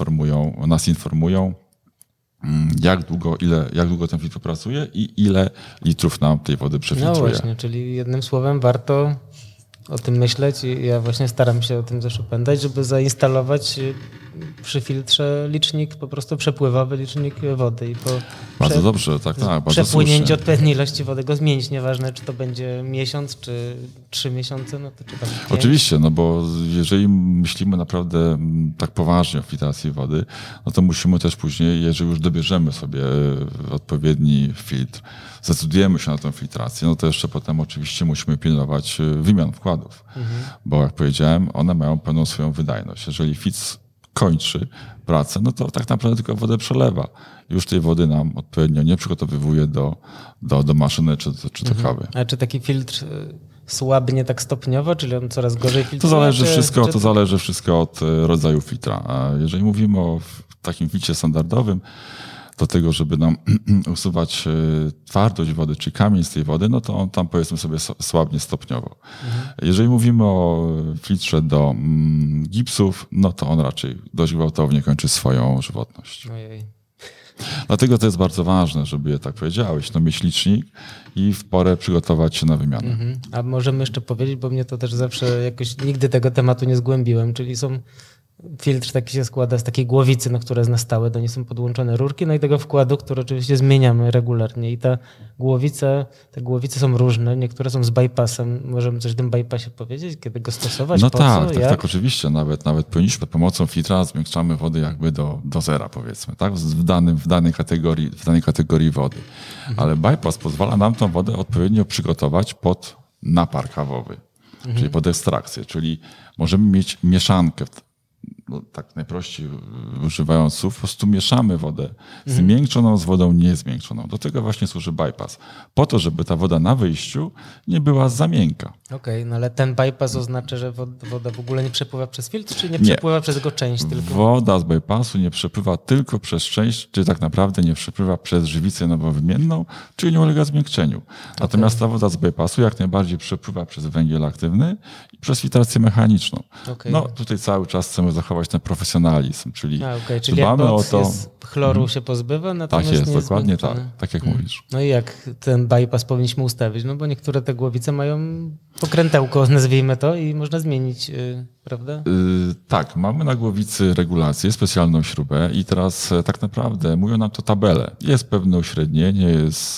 [SPEAKER 5] nas informują, jak długo ten filtr pracuje i ile litrów nam tej wody przefiltruje.
[SPEAKER 3] No właśnie, czyli jednym słowem warto o tym myśleć i ja właśnie staram się o tym zawsze pamiętać, żeby zainstalować przy filtrze licznik, po prostu przepływowy licznik wody. I
[SPEAKER 5] Bardzo dobrze, tak, bardzo
[SPEAKER 3] przepłynięcie
[SPEAKER 5] słusznie.
[SPEAKER 3] odpowiedniej ilości wody go zmienić, nieważne czy to będzie miesiąc, czy 3 miesiące, no to czy tam 5.
[SPEAKER 5] Oczywiście, no bo jeżeli myślimy naprawdę tak poważnie o filtracji wody, no to musimy też później, jeżeli już dobierzemy sobie odpowiedni filtr, zdecydujemy się na tę filtrację, no to jeszcze potem oczywiście musimy pilnować wymian wkładów, bo jak powiedziałem, one mają pełną swoją wydajność. Jeżeli filtr kończy pracę, no to tak naprawdę tylko wodę przelewa. Już tej wody nam odpowiednio nie przygotowywuje do maszyny czy do kawy.
[SPEAKER 3] A czy taki filtr słabnie tak stopniowo, czyli on coraz gorzej filtruje?
[SPEAKER 5] To zależy wszystko od rodzaju filtra. A jeżeli mówimy o takim filtrze standardowym, do tego, żeby nam usuwać twardość wody, czy kamień z tej wody, no to on tam, powiedzmy sobie, słabnie stopniowo. Jeżeli mówimy o filtrze do gipsów, no to on raczej dość gwałtownie kończy swoją żywotność.
[SPEAKER 3] Ojej.
[SPEAKER 5] Dlatego to jest bardzo ważne, żeby, jak powiedziałeś, mieć licznik i w porę przygotować się na wymianę.
[SPEAKER 3] A możemy jeszcze powiedzieć, bo mnie to też zawsze jakoś nigdy tego tematu nie zgłębiłem, czyli filtr taki się składa z takiej głowicy, na która jest na stałe, do niej są podłączone rurki, no i tego wkładu, który oczywiście zmieniamy regularnie i te głowice są różne, niektóre są z bypassem. Możemy coś o tym bypassie powiedzieć, kiedy go stosować?
[SPEAKER 5] No
[SPEAKER 3] po
[SPEAKER 5] tak,
[SPEAKER 3] co,
[SPEAKER 5] tak, oczywiście. Nawet powinniśmy pomocą filtra zmiękczamy wody jakby do zera, powiedzmy, tak? W danej kategorii wody. Ale bypass pozwala nam tą wodę odpowiednio przygotować pod napar kawowy, czyli pod ekstrakcję, czyli możemy mieć mieszankę. No, tak najprościej używając słów, po prostu mieszamy wodę zmiękczoną z wodą niezmiękczoną. Do tego właśnie służy bypass. Po to, żeby ta woda na wyjściu nie była za miękka.
[SPEAKER 3] Okej, no ale ten bypass oznacza, że woda w ogóle nie przepływa przez filtr, czy nie przepływa przez jego część tylko?
[SPEAKER 5] Woda z bypassu nie przepływa tylko przez część, czy tak naprawdę nie przepływa przez żywicę nowowymienną, czyli nie ulega zmiękczeniu. Natomiast ta woda z bypassu jak najbardziej przepływa przez węgiel aktywny i przez filtrację mechaniczną. No tutaj cały czas chcemy zachować ten profesjonalizm, czyli dbamy o to.
[SPEAKER 3] Chloru się pozbywa, natomiast
[SPEAKER 5] tak jest,
[SPEAKER 3] nie
[SPEAKER 5] dokładnie
[SPEAKER 3] jest
[SPEAKER 5] tak jak mówisz.
[SPEAKER 3] No i jak ten bypass powinniśmy ustawić? No bo niektóre te głowice mają pokrętełko, nazwijmy to, i można zmienić, prawda?
[SPEAKER 5] Tak, mamy na głowicy regulację, specjalną śrubę i teraz tak naprawdę mówią nam to tabele. Jest pewne uśrednienie,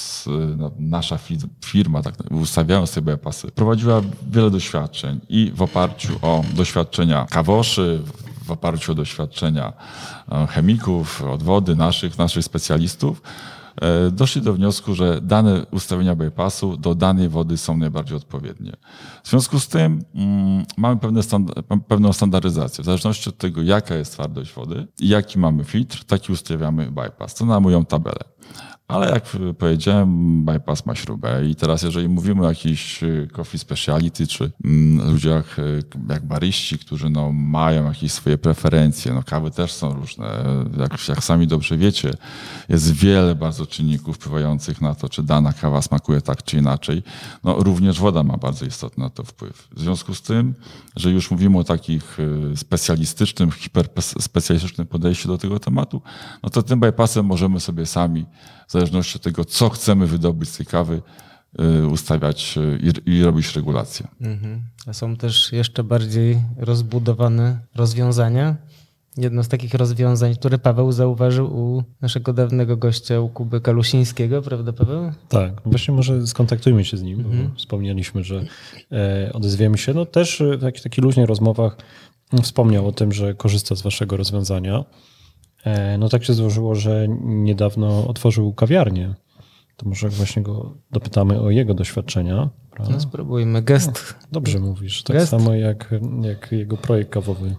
[SPEAKER 5] nasza firma, tak, ustawiając te bypassy, prowadziła wiele doświadczeń i w oparciu o doświadczenia kawoszy, w oparciu o doświadczenia chemików, od wody, naszych specjalistów, doszli do wniosku, że dane ustawienia bypassu do danej wody są najbardziej odpowiednie. W związku z tym mamy pewną standaryzację. W zależności od tego, jaka jest twardość wody i jaki mamy filtr, taki ustawiamy bypass. To nam mówią tabele. Ale jak powiedziałem, bypass ma śrubę i teraz jeżeli mówimy o jakiejś coffee speciality, czy ludziach jak baryści, którzy mają jakieś swoje preferencje, kawy też są różne, jak sami dobrze wiecie, jest wiele bardzo czynników wpływających na to, czy dana kawa smakuje tak czy inaczej. Również woda ma bardzo istotny na to wpływ. W związku z tym, że już mówimy o takich specjalistycznym, hiperspecjalistycznym podejściu do tego tematu, to tym bypassem możemy sobie sami, w zależności od tego, co chcemy wydobyć z tej kawy, ustawiać i robić regulacje.
[SPEAKER 3] A są też jeszcze bardziej rozbudowane rozwiązania. Jedno z takich rozwiązań, które Paweł zauważył u naszego dawnego gościa, u Kuby Kalusińskiego, prawda Paweł?
[SPEAKER 2] Tak, właśnie może skontaktujmy się z nim, bo wspomnieliśmy, że odezwiemy się. No też w takich luźnych rozmowach wspomniał o tym, że korzysta z waszego rozwiązania. No tak się złożyło, że niedawno otworzył kawiarnię. To może właśnie go dopytamy o jego doświadczenia. Prawda?
[SPEAKER 3] No spróbujmy. Gest.
[SPEAKER 2] No, dobrze mówisz, tak
[SPEAKER 3] Gest.
[SPEAKER 2] samo jak jego projekt kawowy.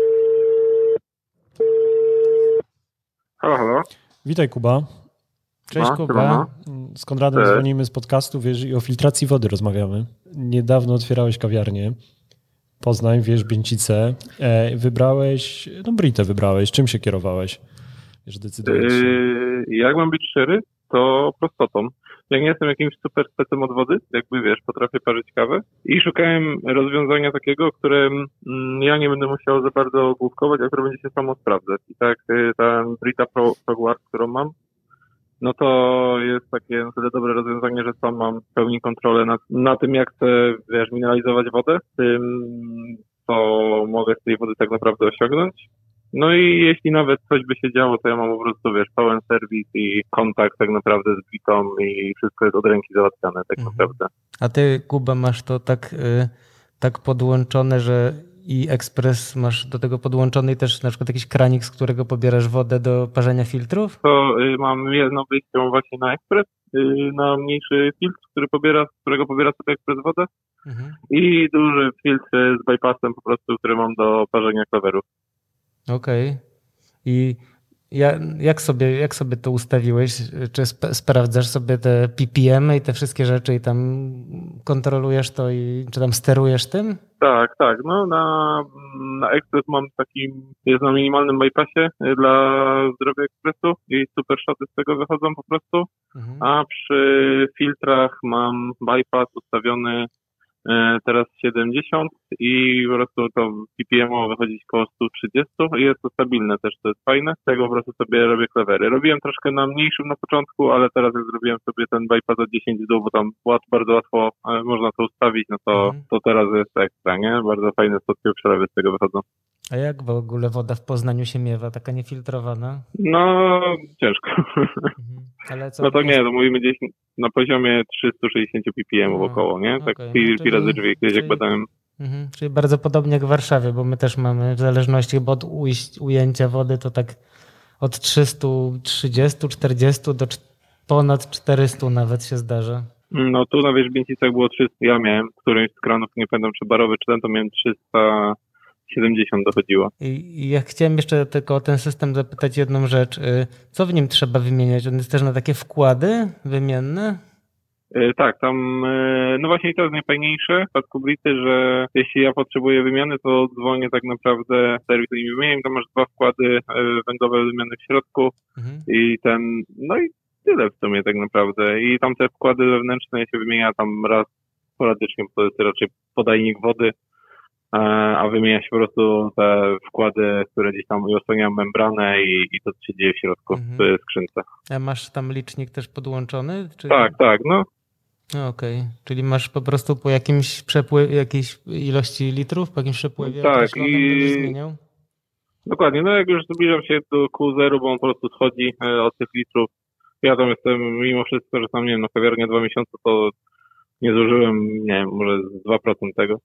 [SPEAKER 7] Halo, halo.
[SPEAKER 2] Witaj Kuba.
[SPEAKER 3] Cześć
[SPEAKER 7] No,
[SPEAKER 3] Kuba.
[SPEAKER 7] siemano.
[SPEAKER 2] Z Konradem
[SPEAKER 7] Cześć.
[SPEAKER 2] dzwonimy z podcastu, wiesz, i o filtracji wody rozmawiamy. Niedawno otwierałeś kawiarnię. Poznań, wiesz, Bieńcice. Wybrałeś, no Britę wybrałeś. Czym się kierowałeś? Wiesz, decydując się.
[SPEAKER 7] Jak mam być szczery, to prostotą. Ja nie jestem jakimś super specem od wody, jakby wiesz, potrafię parzyć kawę i szukałem rozwiązania takiego, które ja nie będę musiał za bardzo główkować, a które będzie się samo sprawdzać. I tak ta Brita Pro Guard, którą mam, no to jest takie na tyle dobre rozwiązanie, że sam mam w pełni kontrolę na tym, jak chcę, wiesz, mineralizować wodę, tym, co mogę z tej wody tak naprawdę osiągnąć. No i jeśli nawet coś by się działo, to ja mam po prostu, wiesz, pełen serwis i kontakt tak naprawdę z Britą i wszystko jest od ręki załatwiane tak naprawdę.
[SPEAKER 3] A ty, Kuba, masz to tak podłączone, że i ekspres masz do tego podłączony i też na przykład jakiś kranik, z którego pobierasz wodę do parzenia filtrów?
[SPEAKER 7] To mam jedno wyjście właśnie na ekspres, na mniejszy filtr, z którego pobiera sobie ekspres wodę i duży filtr z bypassem po prostu, który mam do parzenia klawerów.
[SPEAKER 3] Okej. I jak sobie to ustawiłeś? Czy sprawdzasz sobie te PPM-y i te wszystkie rzeczy i tam kontrolujesz to i czy tam sterujesz tym?
[SPEAKER 7] Tak. No na ekspres mam jest na minimalnym bypassie dla zdrowia ekspresu i super shoty z tego wychodzą po prostu. A przy filtrach mam bypass ustawiony teraz 70 i po prostu to PPM-o wychodzić koło 130 i jest to stabilne też, to jest fajne. Z tego po prostu sobie robię klawery. Robiłem troszkę na mniejszym na początku, ale teraz jak zrobiłem sobie ten bypass od 10 w dół, bo tam bardzo łatwo można to ustawić, no to teraz jest ekstra, nie? Bardzo fajne stopnie przelewy z tego wychodzą.
[SPEAKER 3] A jak w ogóle woda w Poznaniu się miewa, taka niefiltrowana?
[SPEAKER 7] No, ciężko.
[SPEAKER 3] Ale co?
[SPEAKER 7] No to nie, to mówimy gdzieś na poziomie 360 ppm około, nie? Tak pi razy drzwi, kiedyś jak badałem.
[SPEAKER 3] Czyli bardzo podobnie jak w Warszawie, bo my też mamy w zależności chyba od ujęcia wody to tak od 330, 40 do ponad 400 nawet się zdarza.
[SPEAKER 7] No tu na Wierzbieńcicach było 300, ja miałem którymś z kranów, nie pamiętam czy barowy, czy ten, to miałem 370 dochodziło.
[SPEAKER 3] I ja chciałem jeszcze tylko o ten system zapytać jedną rzecz. Co w nim trzeba wymieniać? On jest też na takie wkłady wymienne?
[SPEAKER 7] Tak, tam, no właśnie to jest najfajniejsze w przypadku Brity, że jeśli ja potrzebuję wymiany, to dzwonię tak naprawdę w serwis i wymieniam, tam masz 2 wkłady węglowe wymiany w środku i no i tyle w sumie tak naprawdę. I tam te wkłady wewnętrzne się wymienia tam raz sporadycznie, bo to jest raczej podajnik wody, a wymienia się po prostu te wkłady, które gdzieś tam osłaniają membranę i to się dzieje w środku w skrzynce.
[SPEAKER 3] A masz tam licznik też podłączony? Czy...
[SPEAKER 7] Tak, no.
[SPEAKER 3] Okej. Czyli masz po prostu po jakimś jakiejś ilości litrów, po jakimś przepływie
[SPEAKER 7] tak,
[SPEAKER 3] będziesz zmieniał?
[SPEAKER 7] Dokładnie, no jak już zbliżam się do Q0, bo on po prostu schodzi od tych litrów. Ja tam jestem, mimo wszystko, że tam, nie wiem, no kawiarnia 2 miesiące, to nie zużyłem, nie wiem, może z 2% tego.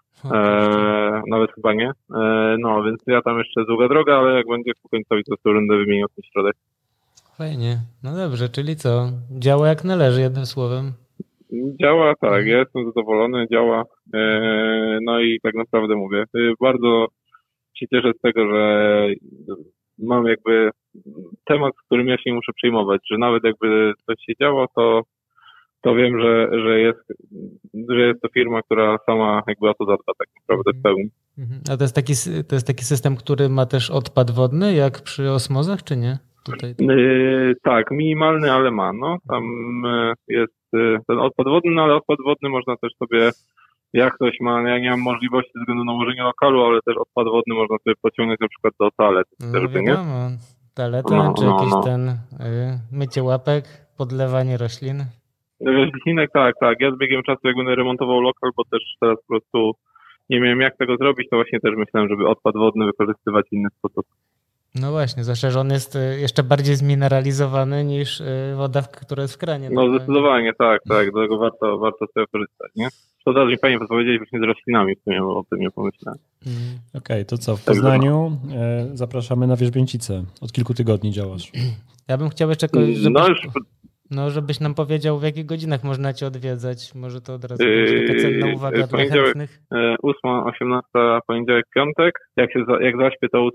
[SPEAKER 7] Nawet chyba nie. No, więc ja tam jeszcze długa droga, ale jak będzie po końcowi, to będę wymieniał ten środek.
[SPEAKER 3] Fajnie. No dobrze, czyli co? Działa jak należy, jednym słowem.
[SPEAKER 7] Działa, tak, ja jestem zadowolony, działa. No i tak naprawdę mówię, bardzo się cieszę z tego, że mam jakby temat, z którym ja się nie muszę przejmować, że nawet jakby coś się działo, to wiem, że jest to firma, która sama jakby o to zadba tak naprawdę w pełni.
[SPEAKER 3] A to jest taki system, który ma też odpad wodny, jak przy osmozach, czy nie? Tutaj.
[SPEAKER 7] Tak, minimalny, ale ma. No, tam jest ten odpad wodny, no, ale odpad wodny można też sobie, jak ktoś ma, ja nie mam możliwości ze względu na ułożenie lokalu, ale też odpad wodny można sobie pociągnąć na przykład do toalety.
[SPEAKER 3] No wiadomo, toaleta, czy jakiś ten mycie łapek, podlewanie roślin.
[SPEAKER 7] Wiśninek, tak. Ja z biegiem czasu, jak będę remontował lokal, bo też teraz po prostu nie miałem jak tego zrobić, to właśnie też myślałem, żeby odpad wodny wykorzystywać w inny sposób.
[SPEAKER 3] No właśnie, zwłaszcza, że on jest jeszcze bardziej zmineralizowany niż woda, która jest w kranie.
[SPEAKER 7] No zdecydowanie, tak. Dlatego warto z tego korzystać, nie? To teraz mi Panie podpowiedzieli właśnie z roślinami, w sumie o tym nie pomyślałem.
[SPEAKER 2] Okej, to co? W Poznaniu zapraszamy na Wierzbięcicę. Od kilku tygodni działasz.
[SPEAKER 3] Ja bym chciał jeszcze żebyś nam powiedział, w jakich godzinach można cię odwiedzać. Może to od razu będzie taka cenna uwaga dla chętnych.
[SPEAKER 7] 8-18, poniedziałek, piątek. Jak zaśpię, to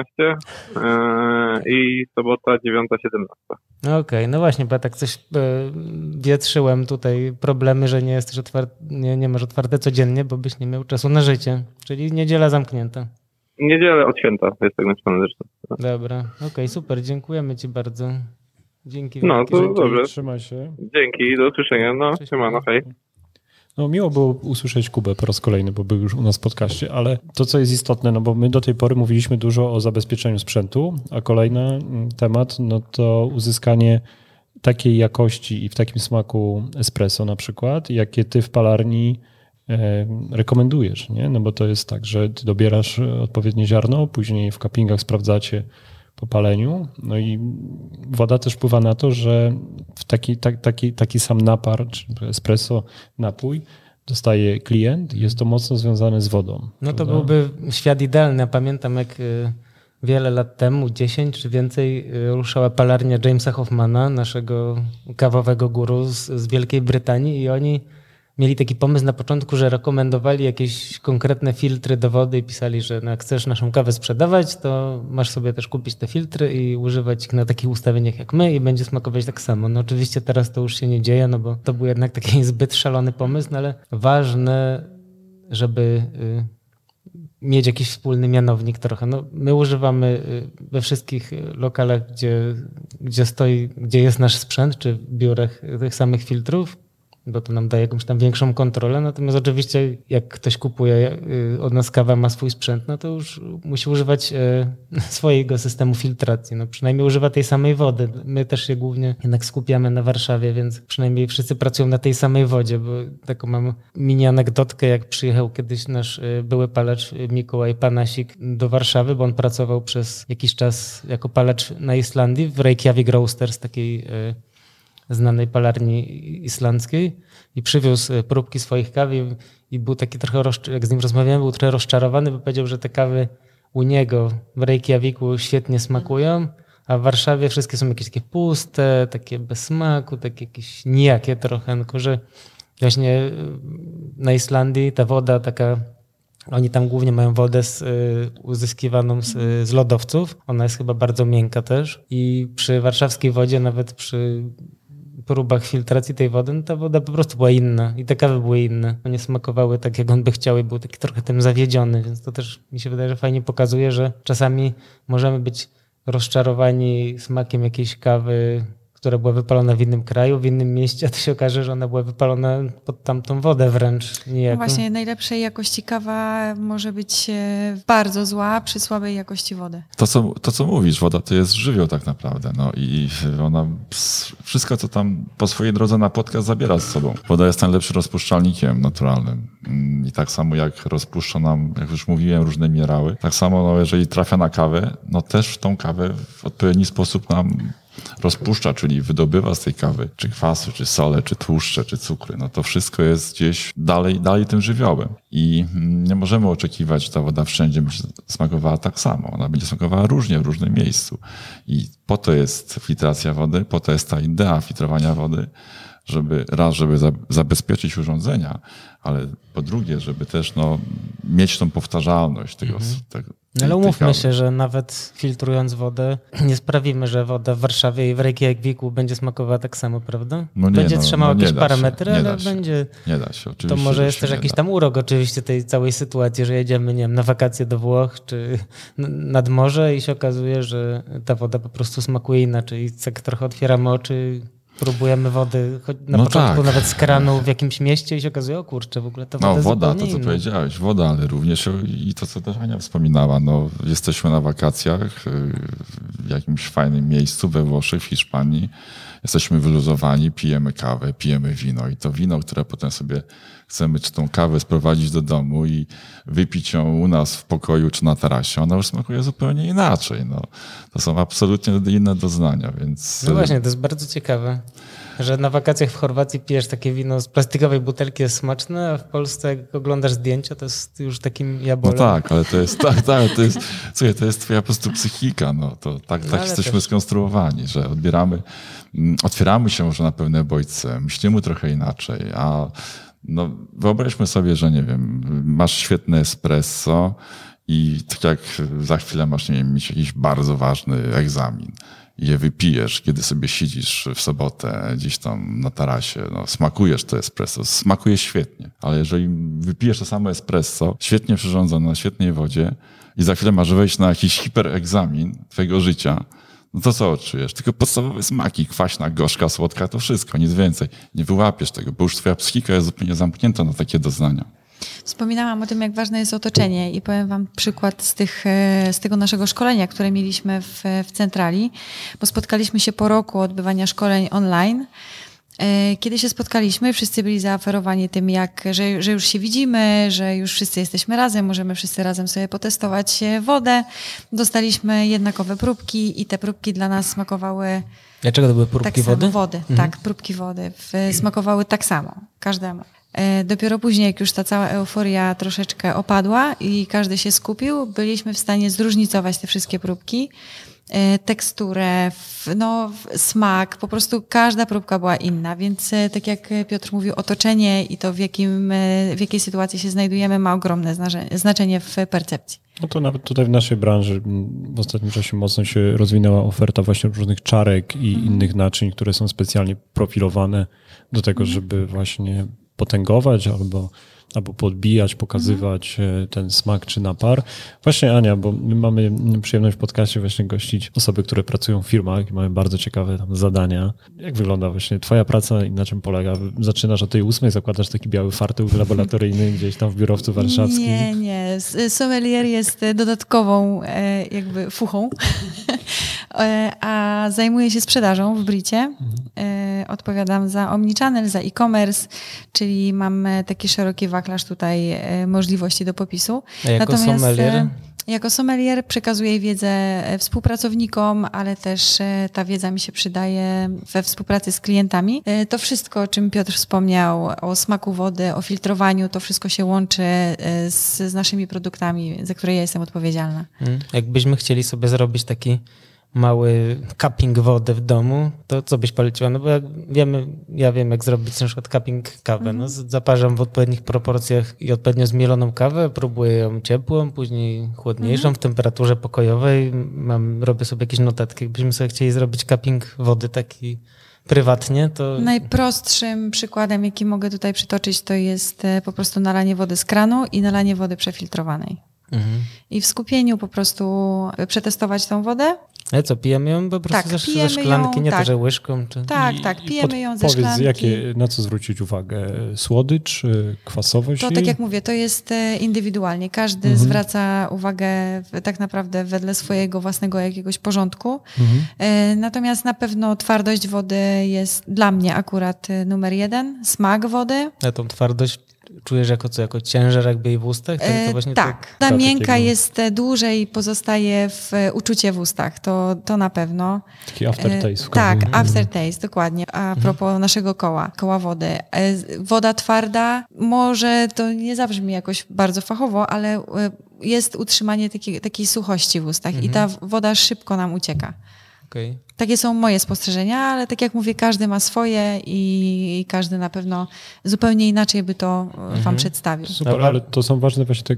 [SPEAKER 7] 8-15 i sobota 9-17.
[SPEAKER 3] Okej, no właśnie, bo ja tak coś wietrzyłem tutaj problemy, że nie jesteś nie masz otwarte codziennie, bo byś nie miał czasu na życie. Czyli niedziela zamknięta.
[SPEAKER 7] Niedzielę od święta jest tak napisane zresztą.
[SPEAKER 3] Dobra, okej, super, dziękujemy ci bardzo. Dzięki.
[SPEAKER 7] No to dobrze.
[SPEAKER 2] Trzymaj się.
[SPEAKER 7] Dzięki, do usłyszenia. No, siemano, hej.
[SPEAKER 2] No miło było usłyszeć Kubę po raz kolejny, bo był już u nas w podcaście, ale to, co jest istotne, no bo my do tej pory mówiliśmy dużo o zabezpieczeniu sprzętu, a kolejny temat, no to uzyskanie takiej jakości i w takim smaku espresso na przykład, jakie ty w palarni rekomendujesz, nie? No bo to jest tak, że ty dobierasz odpowiednie ziarno, później w cuppingach sprawdzacie po paleniu, no i woda też wpływa na to, że w taki sam napar, czy espresso napój dostaje klient i jest to mocno związane z wodą.
[SPEAKER 3] No to byłby świat idealny. Ja pamiętam, jak wiele lat temu, 10 czy więcej, ruszała palarnia Jamesa Hoffmana, naszego kawowego guru z Wielkiej Brytanii, i oni mieli taki pomysł na początku, że rekomendowali jakieś konkretne filtry do wody i pisali, że jak chcesz naszą kawę sprzedawać, to masz sobie też kupić te filtry i używać ich na takich ustawieniach jak my i będzie smakować tak samo. No oczywiście teraz to już się nie dzieje, no bo to był jednak taki zbyt szalony pomysł, no ale ważne, żeby mieć jakiś wspólny mianownik trochę. No, my używamy we wszystkich lokalach, gdzie jest nasz sprzęt, czy w biurach tych samych filtrów, bo to nam daje jakąś tam większą kontrolę. Natomiast oczywiście jak ktoś kupuje od nas kawę, ma swój sprzęt, no to już musi używać swojego systemu filtracji. No przynajmniej używa tej samej wody. My też się głównie jednak skupiamy na Warszawie, więc przynajmniej wszyscy pracują na tej samej wodzie, bo taką mam mini anegdotkę, jak przyjechał kiedyś nasz były palacz Mikołaj Panasik do Warszawy, bo on pracował przez jakiś czas jako palacz na Islandii w Reykjavik Roasters, takiej znanej palarni islandzkiej, i przywiózł próbki swoich kaw i był taki trochę, jak z nim rozmawiałem, był trochę rozczarowany, bo powiedział, że te kawy u niego w Reykjaviku świetnie smakują, a w Warszawie wszystkie są jakieś takie puste, takie bez smaku, takie jakieś nijakie trochę, tylko że właśnie na Islandii ta woda taka, oni tam głównie mają wodę uzyskiwaną z lodowców, ona jest chyba bardzo miękka też, i przy warszawskiej wodzie, nawet przy próbach filtracji tej wody, no ta woda po prostu była inna i te kawy były inne. Nie smakowały tak, jak on by chciał, i był taki trochę tym zawiedziony, więc to też mi się wydaje, że fajnie pokazuje, że czasami możemy być rozczarowani smakiem jakiejś kawy, która była wypalona w innym kraju, w innym mieście, a to się okaże, że ona była wypalona pod tamtą wodę wręcz niejako.
[SPEAKER 6] No właśnie, najlepszej jakości kawa może być bardzo zła przy słabej jakości wody.
[SPEAKER 5] To, co mówisz, woda to jest żywioł tak naprawdę. No i ona wszystko, co tam po swojej drodze napotka, zabiera z sobą. Woda jest najlepszym rozpuszczalnikiem naturalnym. I tak samo jak rozpuszcza nam, jak już mówiłem, różne minerały, tak samo no, jeżeli trafia na kawę, no też tą kawę w odpowiedni sposób nam rozpuszcza, czyli wydobywa z tej kawy czy kwasu, czy sole, czy tłuszcze, czy cukry. No to wszystko jest gdzieś dalej tym żywiołem. I nie możemy oczekiwać, że ta woda wszędzie będzie smakowała tak samo. Ona będzie smakowała różnie w różnym miejscu. I po to jest filtracja wody, po to jest ta idea filtrowania wody, żeby zabezpieczyć urządzenia, ale po drugie, żeby też mieć tą powtarzalność tego.
[SPEAKER 3] Ale umówmy się, że nawet filtrując wodę, nie sprawimy, że woda w Warszawie i w Reykjaviku będzie smakowała tak samo, prawda? Będzie trzymała jakieś parametry, ale będzie.
[SPEAKER 5] Nie da się, oczywiście.
[SPEAKER 3] To może jest też jakiś tam urok oczywiście tej całej sytuacji, że jedziemy, nie wiem, na wakacje do Włoch czy nad morze i się okazuje, że ta woda po prostu smakuje inaczej. I tak trochę otwieramy oczy. próbujemy wody na
[SPEAKER 5] No
[SPEAKER 3] początku
[SPEAKER 5] tak.
[SPEAKER 3] nawet z kranu w jakimś mieście i się okazuje, o kurczę, w ogóle to woda
[SPEAKER 5] No woda,
[SPEAKER 3] zupełnie
[SPEAKER 5] to co
[SPEAKER 3] inna.
[SPEAKER 5] powiedziałeś, woda, ale również i to, co też Ania wspominała, no jesteśmy na wakacjach w jakimś fajnym miejscu we Włoszech, w Hiszpanii, jesteśmy wyluzowani, pijemy kawę, pijemy wino i to wino, które potem sobie chcemy czy tą kawę sprowadzić do domu i wypić ją u nas w pokoju czy na tarasie, ona już smakuje zupełnie inaczej. No, to są absolutnie inne doznania, więc...
[SPEAKER 3] No właśnie, to jest bardzo ciekawe, że na wakacjach w Chorwacji pijesz takie wino z plastikowej butelki, jest smaczne, a w Polsce jak oglądasz zdjęcia, to jest już takim jabolem.
[SPEAKER 5] No tak, ale to jest, to jest, słuchaj, to jest twoja po prostu psychika, no to tak
[SPEAKER 3] ale
[SPEAKER 5] jesteśmy
[SPEAKER 3] też-
[SPEAKER 5] skonstruowani, że otwieramy się może na pewne bodźce, myślimy trochę inaczej, a no wyobraźmy sobie, że nie wiem, masz świetne espresso i tak jak za chwilę masz, nie wiem, mieć jakiś bardzo ważny egzamin. I je wypijesz, kiedy sobie siedzisz w sobotę gdzieś tam na tarasie, no, smakujesz to espresso, smakuje świetnie, ale jeżeli wypijesz to samo espresso, świetnie przyrządzone na świetnej wodzie i za chwilę masz wejść na jakiś hiperegzamin twojego życia, no to co odczujesz? Tylko podstawowe smaki, kwaśna, gorzka, słodka, to wszystko, nic więcej. Nie wyłapiesz tego, bo już twoja psychika jest zupełnie zamknięta na takie doznania.
[SPEAKER 6] Wspominałam o tym, jak ważne jest otoczenie i powiem wam przykład z tego naszego szkolenia, które mieliśmy w centrali, bo spotkaliśmy się po roku odbywania szkoleń online. Kiedy się spotkaliśmy, wszyscy byli zaoferowani tym, że już się widzimy, że już wszyscy jesteśmy razem, możemy wszyscy razem sobie potestować wodę. Dostaliśmy jednakowe próbki i te próbki dla nas smakowały
[SPEAKER 3] Dlaczego to były próbki
[SPEAKER 6] tak
[SPEAKER 3] wody?
[SPEAKER 6] samo wody. Tak, próbki wody. Smakowały tak samo, każdemu. Dopiero później, jak już ta cała euforia troszeczkę opadła i każdy się skupił, byliśmy w stanie zróżnicować te wszystkie próbki, teksturę, smak, po prostu każda próbka była inna, więc tak jak Piotr mówił, otoczenie i to w jakiej sytuacji się znajdujemy ma ogromne znaczenie w percepcji.
[SPEAKER 2] No to nawet tutaj w naszej branży w ostatnim czasie mocno się rozwinęła oferta właśnie różnych czarek i innych naczyń, które są specjalnie profilowane do tego, żeby właśnie potęgować albo podbijać, pokazywać ten smak czy napar. Właśnie Ania, bo my mamy przyjemność w podcaście właśnie gościć osoby, które pracują w firmach i mają bardzo ciekawe tam zadania. Jak wygląda właśnie twoja praca i na czym polega? Zaczynasz o tej 8:00, zakładasz taki biały fartuch laboratoryjny gdzieś tam w biurowcu warszawskim?
[SPEAKER 6] Nie. Sommelier jest dodatkową jakby fuchą, a zajmuję się sprzedażą w Bricie. Odpowiadam za omnichannel, za e-commerce, czyli mam taki szeroki wachlarz tutaj możliwości do popisu.
[SPEAKER 3] A jako sommelier?
[SPEAKER 6] Jako sommelier przekazuję wiedzę współpracownikom, ale też ta wiedza mi się przydaje we współpracy z klientami. To wszystko, o czym Piotr wspomniał, o smaku wody, o filtrowaniu, to wszystko się łączy z naszymi produktami, za które ja jestem odpowiedzialna.
[SPEAKER 3] Jakbyśmy chcieli sobie zrobić taki mały cupping wody w domu, to co byś poleciła? No bo ja wiem jak zrobić na przykład cupping kawę. No, zaparzam w odpowiednich proporcjach i odpowiednio zmieloną kawę, próbuję ją ciepłą, później chłodniejszą w temperaturze pokojowej. Robię sobie jakieś notatki. Jakbyśmy sobie chcieli zrobić cupping wody taki prywatnie, to...
[SPEAKER 6] Najprostszym przykładem, jaki mogę tutaj przytoczyć, to jest po prostu nalanie wody z kranu i nalanie wody przefiltrowanej. I w skupieniu po prostu przetestować tą wodę.
[SPEAKER 3] Ale co, pijemy ją po prostu ze szklanki,
[SPEAKER 6] ją,
[SPEAKER 3] nie
[SPEAKER 6] tak.
[SPEAKER 3] to, że łyżką? Czy...
[SPEAKER 6] Tak, pijemy ją ze szklanki.
[SPEAKER 2] Powiedz, na co zwrócić uwagę? Słodycz, kwasowość?
[SPEAKER 6] To tak jak mówię, to jest indywidualnie. Każdy zwraca uwagę tak naprawdę wedle swojego własnego jakiegoś porządku. Natomiast na pewno twardość wody jest dla mnie akurat numer 1. Smak wody.
[SPEAKER 3] A tą twardość czujesz jako ciężar jakby jej w ustach? To właśnie
[SPEAKER 6] tak. Ta miękka jest dłużej, pozostaje w uczucie w ustach. To na pewno.
[SPEAKER 2] Taki aftertaste.
[SPEAKER 6] Tak, aftertaste, dokładnie. A propos naszego koła wody. Woda twarda, może to nie zabrzmi jakoś bardzo fachowo, ale jest utrzymanie takiej suchości w ustach i ta woda szybko nam ucieka.
[SPEAKER 3] Okay.
[SPEAKER 6] Takie są moje spostrzeżenia, ale tak jak mówię, każdy ma swoje i każdy na pewno zupełnie inaczej by to wam przedstawił.
[SPEAKER 2] Super, ale to są ważne właśnie te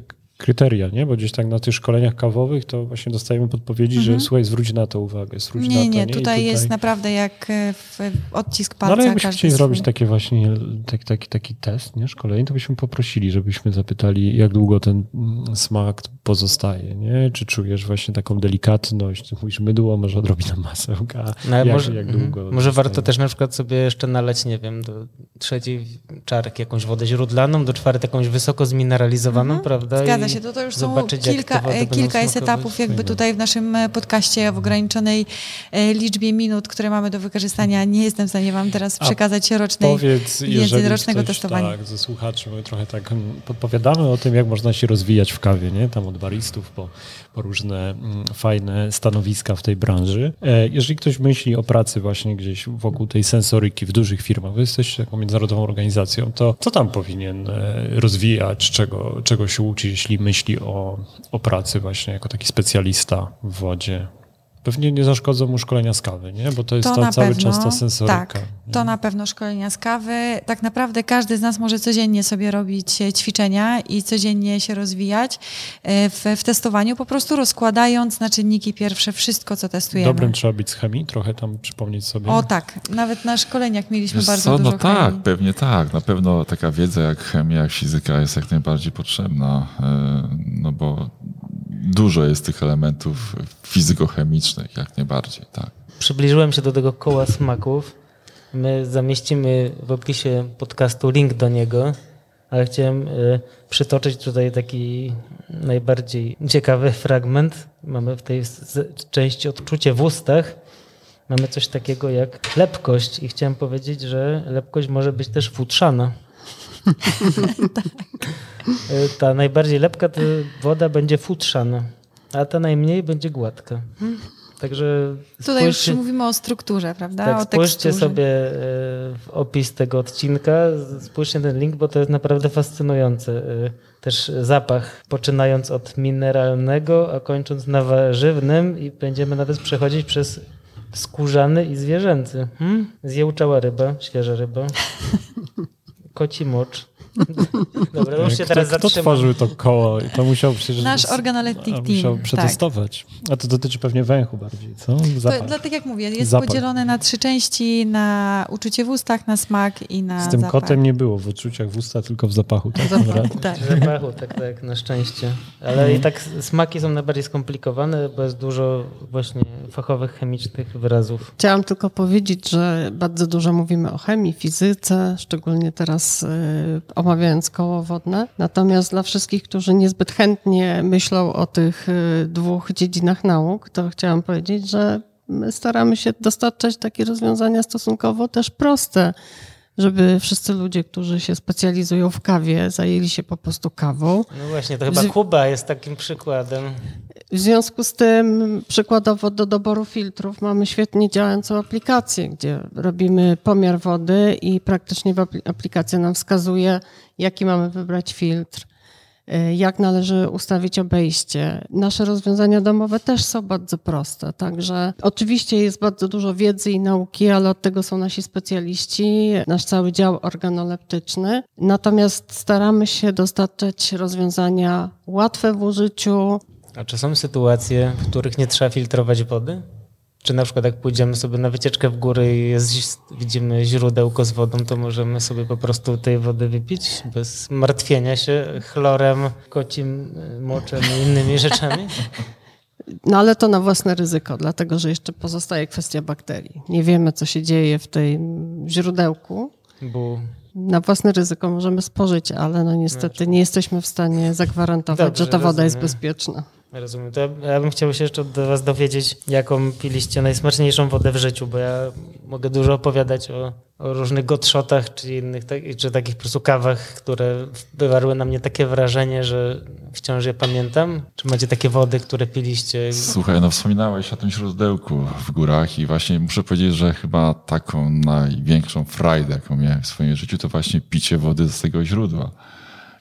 [SPEAKER 2] kryteria, nie? Bo gdzieś tak na tych szkoleniach kawowych to właśnie dostajemy podpowiedzi, że słuchaj, zwróć na to uwagę, zwróć na to.
[SPEAKER 6] Nie, tutaj jest naprawdę jak odcisk palca.
[SPEAKER 2] No ale jakbyśmy chcieli zrobić takie właśnie, taki test, nie? Szkolenie, to byśmy poprosili, żebyśmy zapytali, jak długo ten smak pozostaje, nie? Czy czujesz właśnie taką delikatność, ty mówisz mydło, może odrobinę masełka, jak długo.
[SPEAKER 3] Może warto też na przykład sobie jeszcze naleć, nie wiem, do 3 czarki jakąś wodę źródlaną, do 4 jakąś wysoko zmineralizowaną, prawda?
[SPEAKER 6] Zgadza się, to już są kilka jest etapów jakby tutaj w naszym podcaście w ograniczonej liczbie minut, które mamy do wykorzystania. Nie jestem w stanie wam teraz przekazać rocznego testowania.
[SPEAKER 2] Tak, ze słuchaczy my trochę tak podpowiadamy o tym, jak można się rozwijać w kawie, nie? Tam od baristów po różne fajne stanowiska w tej branży. Jeżeli ktoś myśli o pracy właśnie gdzieś wokół tej sensoryki w dużych firmach, wy jesteście taką międzynarodową organizacją, to co tam powinien rozwijać, czego się uczy, jeśli myśli o pracy właśnie jako taki specjalista w wodzie? Pewnie nie zaszkodzą mu szkolenia z kawy, nie? Bo to jest cały czas ta sensoryka.
[SPEAKER 6] Tak, to na pewno szkolenia z kawy. Tak naprawdę każdy z nas może codziennie sobie robić ćwiczenia i codziennie się rozwijać w testowaniu, po prostu rozkładając na czynniki pierwsze wszystko, co testujemy.
[SPEAKER 2] Dobrym trzeba być z chemii, trochę tam przypomnieć sobie.
[SPEAKER 6] O tak, nawet na szkoleniach mieliśmy bardzo dużo chemii.
[SPEAKER 5] Tak, pewnie tak. Na pewno taka wiedza jak chemia, jak fizyka jest jak najbardziej potrzebna, no bo dużo jest tych elementów fizykochemicznych, jak najbardziej, tak.
[SPEAKER 3] Przybliżyłem się do tego koła smaków. My zamieścimy w opisie podcastu link do niego, ale chciałem przytoczyć tutaj taki najbardziej ciekawy fragment. Mamy w tej części odczucie w ustach. Mamy coś takiego jak lepkość i chciałem powiedzieć, że lepkość może być też futrzana. Ta najbardziej lepka to woda będzie futrzana, a ta najmniej będzie gładka. Także
[SPEAKER 6] tutaj już mówimy o strukturze, prawda?
[SPEAKER 3] Tak,
[SPEAKER 6] o
[SPEAKER 3] spójrzcie sobie w opis tego odcinka, spójrzcie ten link, bo to jest naprawdę fascynujące. Też zapach, poczynając od mineralnego, a kończąc na warzywnym i będziemy nawet przechodzić przez skórzany i zwierzęcy. Zjełczała ryba, świeża ryba. Koci mocz. Dobra, już się teraz
[SPEAKER 2] Kto tworzył to koło? I to musiał przecież...
[SPEAKER 6] Nasz organoleptic team.
[SPEAKER 2] Musiał przetestować. Tak. A to dotyczy pewnie węchu bardziej, co? Zapach.
[SPEAKER 6] To, tak jak mówię, jest podzielone na 3 części, na uczucie w ustach, na smak i na
[SPEAKER 2] Z tym
[SPEAKER 6] zapach.
[SPEAKER 2] kotem nie było w uczuciach w ustach, tylko w zapachu. Tak,
[SPEAKER 6] tak.
[SPEAKER 3] W zapachu, tak, na szczęście. Ale i tak smaki są najbardziej skomplikowane, bo jest dużo właśnie fachowych, chemicznych wyrazów.
[SPEAKER 4] Chciałam tylko powiedzieć, że bardzo dużo mówimy o chemii, fizyce, szczególnie teraz omawiając koło wodne. Natomiast dla wszystkich, którzy niezbyt chętnie myślą o tych 2 dziedzinach nauk, to chciałam powiedzieć, że my staramy się dostarczać takie rozwiązania stosunkowo też proste, żeby wszyscy ludzie, którzy się specjalizują w kawie, zajęli się po prostu kawą.
[SPEAKER 3] No właśnie, to chyba Kuba jest takim przykładem.
[SPEAKER 4] W związku z tym przykładowo do doboru filtrów mamy świetnie działającą aplikację, gdzie robimy pomiar wody i praktycznie aplikacja nam wskazuje, jaki mamy wybrać filtr, jak należy ustawić obejście. Nasze rozwiązania domowe też są bardzo proste, także oczywiście jest bardzo dużo wiedzy i nauki, ale od tego są nasi specjaliści, nasz cały dział organoleptyczny. Natomiast staramy się dostarczać rozwiązania łatwe w użyciu.
[SPEAKER 3] A czy są sytuacje, w których nie trzeba filtrować wody? Czy na przykład jak pójdziemy sobie na wycieczkę w góry i widzimy źródełko z wodą, to możemy sobie po prostu tej wody wypić bez martwienia się chlorem, kocim moczem i innymi rzeczami?
[SPEAKER 4] No ale to na własne ryzyko, dlatego że jeszcze pozostaje kwestia bakterii. Nie wiemy, co się dzieje w tym źródełku. Na własne ryzyko możemy spożyć, ale no niestety nie jesteśmy w stanie zagwarantować, że ta woda jest bezpieczna.
[SPEAKER 3] Rozumiem. To ja bym chciał się jeszcze od was dowiedzieć, jaką piliście najsmaczniejszą wodę w życiu, bo ja mogę dużo opowiadać o różnych gotshotach czy innych, czy takich po prostu kawach, które wywarły na mnie takie wrażenie, że wciąż je pamiętam. Czy macie takie wody, które piliście?
[SPEAKER 5] Słuchaj, no wspominałeś o tym źródełku w górach i właśnie muszę powiedzieć, że chyba taką największą frajdę, jaką miałem w swoim życiu, to właśnie picie wody z tego źródła.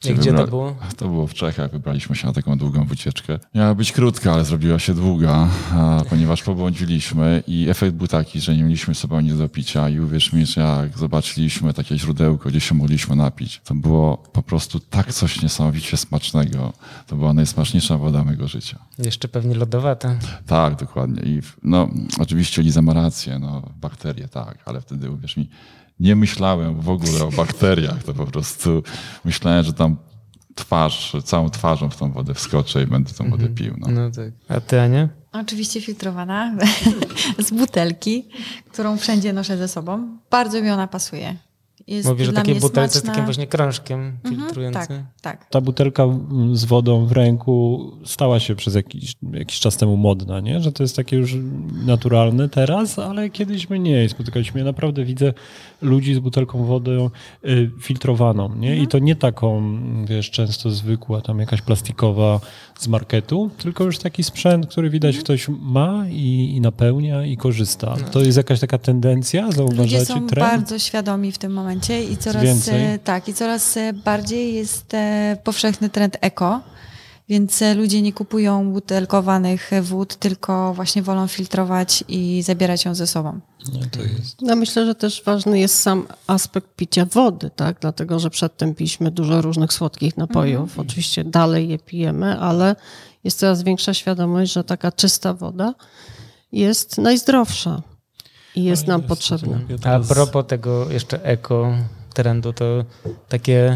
[SPEAKER 3] I gdzie to było?
[SPEAKER 5] To było w Czechach. Wybraliśmy się na taką długą wycieczkę. Miała być krótka, ale zrobiła się długa, ponieważ pobłądziliśmy i efekt był taki, że nie mieliśmy sobie nic do picia i uwierz mi, że jak zobaczyliśmy takie źródełko, gdzie się mogliśmy napić, to było po prostu tak coś niesamowicie smacznego. To była najsmaczniejsza woda mojego życia.
[SPEAKER 3] Jeszcze pewnie lodowata.
[SPEAKER 5] Tak, dokładnie. I no, oczywiście Liza ma rację, bakterie tak, ale wtedy uwierz mi, nie myślałem w ogóle o bakteriach, to po prostu myślałem, że tam całą twarzą w tą wodę wskoczę i będę tą wodę pił.
[SPEAKER 3] No tak. A ty, Ania?
[SPEAKER 6] Oczywiście filtrowana z butelki, którą wszędzie noszę ze sobą. Bardzo mi ona pasuje. Jest
[SPEAKER 3] Mówisz o
[SPEAKER 6] dla
[SPEAKER 3] takiej
[SPEAKER 6] mnie
[SPEAKER 3] butelce z
[SPEAKER 6] smaczna.
[SPEAKER 3] takim właśnie krążkiem filtrującym.
[SPEAKER 6] Tak.
[SPEAKER 2] Ta butelka z wodą w ręku stała się przez jakiś czas temu modna, nie? Że to jest takie już naturalne teraz, ale kiedyś my nie. Spotykaliśmy, ja naprawdę widzę ludzi z butelką wody filtrowaną, nie? I to nie taką, wiesz, często zwykła, tam jakaś plastikowa z marketu, tylko już taki sprzęt, który widać ktoś ma i napełnia i korzysta. To jest jakaś taka tendencja, zauważacie
[SPEAKER 6] Ludzie są
[SPEAKER 2] trend?
[SPEAKER 6] bardzo świadomi w tym momencie i coraz bardziej jest powszechny trend eko, więc ludzie nie kupują butelkowanych wód, tylko właśnie wolą filtrować i zabierać ją ze sobą.
[SPEAKER 2] No, to jest.
[SPEAKER 4] Ja myślę, że też ważny jest sam aspekt picia wody, tak? Dlatego, że przedtem piliśmy dużo różnych słodkich napojów. Oczywiście dalej je pijemy, ale jest coraz większa świadomość, że taka czysta woda jest najzdrowsza i jest nam potrzebna.
[SPEAKER 3] A propos tego jeszcze eko trendu, to takie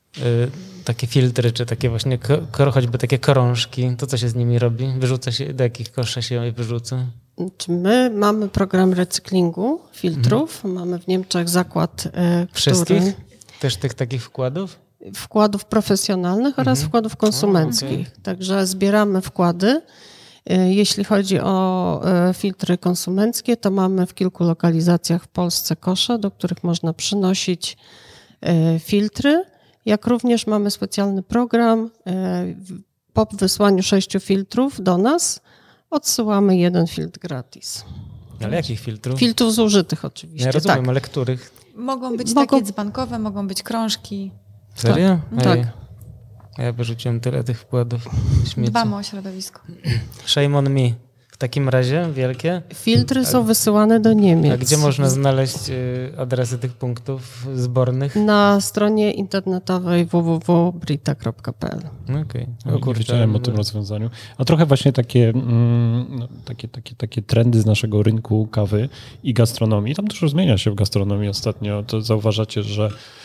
[SPEAKER 3] filtry, czy takie właśnie choćby takie krążki, to co się z nimi robi? Wyrzuca się, do jakich koszy się je wyrzuca?
[SPEAKER 4] My mamy program recyklingu filtrów. Mamy w Niemczech zakład,
[SPEAKER 3] Wszystkich? Też tych takich
[SPEAKER 4] wkładów profesjonalnych oraz wkładów konsumenckich. Także zbieramy wkłady. Jeśli chodzi o filtry konsumenckie, to mamy w kilku lokalizacjach w Polsce kosze, do których można przynosić filtry. Jak również mamy specjalny program. Po wysłaniu 6 filtrów do nas odsyłamy 1 filtr gratis.
[SPEAKER 3] Ale jakich filtrów?
[SPEAKER 4] Filtrów zużytych oczywiście.
[SPEAKER 3] Ja rozumiem,
[SPEAKER 4] tak.
[SPEAKER 3] ale których?
[SPEAKER 6] Mogą być takie dzbankowe, mogą być krążki.
[SPEAKER 3] Serio?
[SPEAKER 4] Tak.
[SPEAKER 3] Ja wyrzuciłem tyle tych wkładów śmieci.
[SPEAKER 6] Dbamy o środowisko.
[SPEAKER 3] Shame on me. W takim razie wielkie.
[SPEAKER 4] Filtry są wysyłane do Niemiec.
[SPEAKER 3] A gdzie można znaleźć adresy tych punktów zbornych?
[SPEAKER 4] Na stronie internetowej www.brita.pl.
[SPEAKER 3] Okej.
[SPEAKER 2] Nie wiedziałem o tym rozwiązaniu. A trochę właśnie takie trendy z naszego rynku kawy i gastronomii. Tam dużo zmienia się w gastronomii ostatnio. To zauważacie, że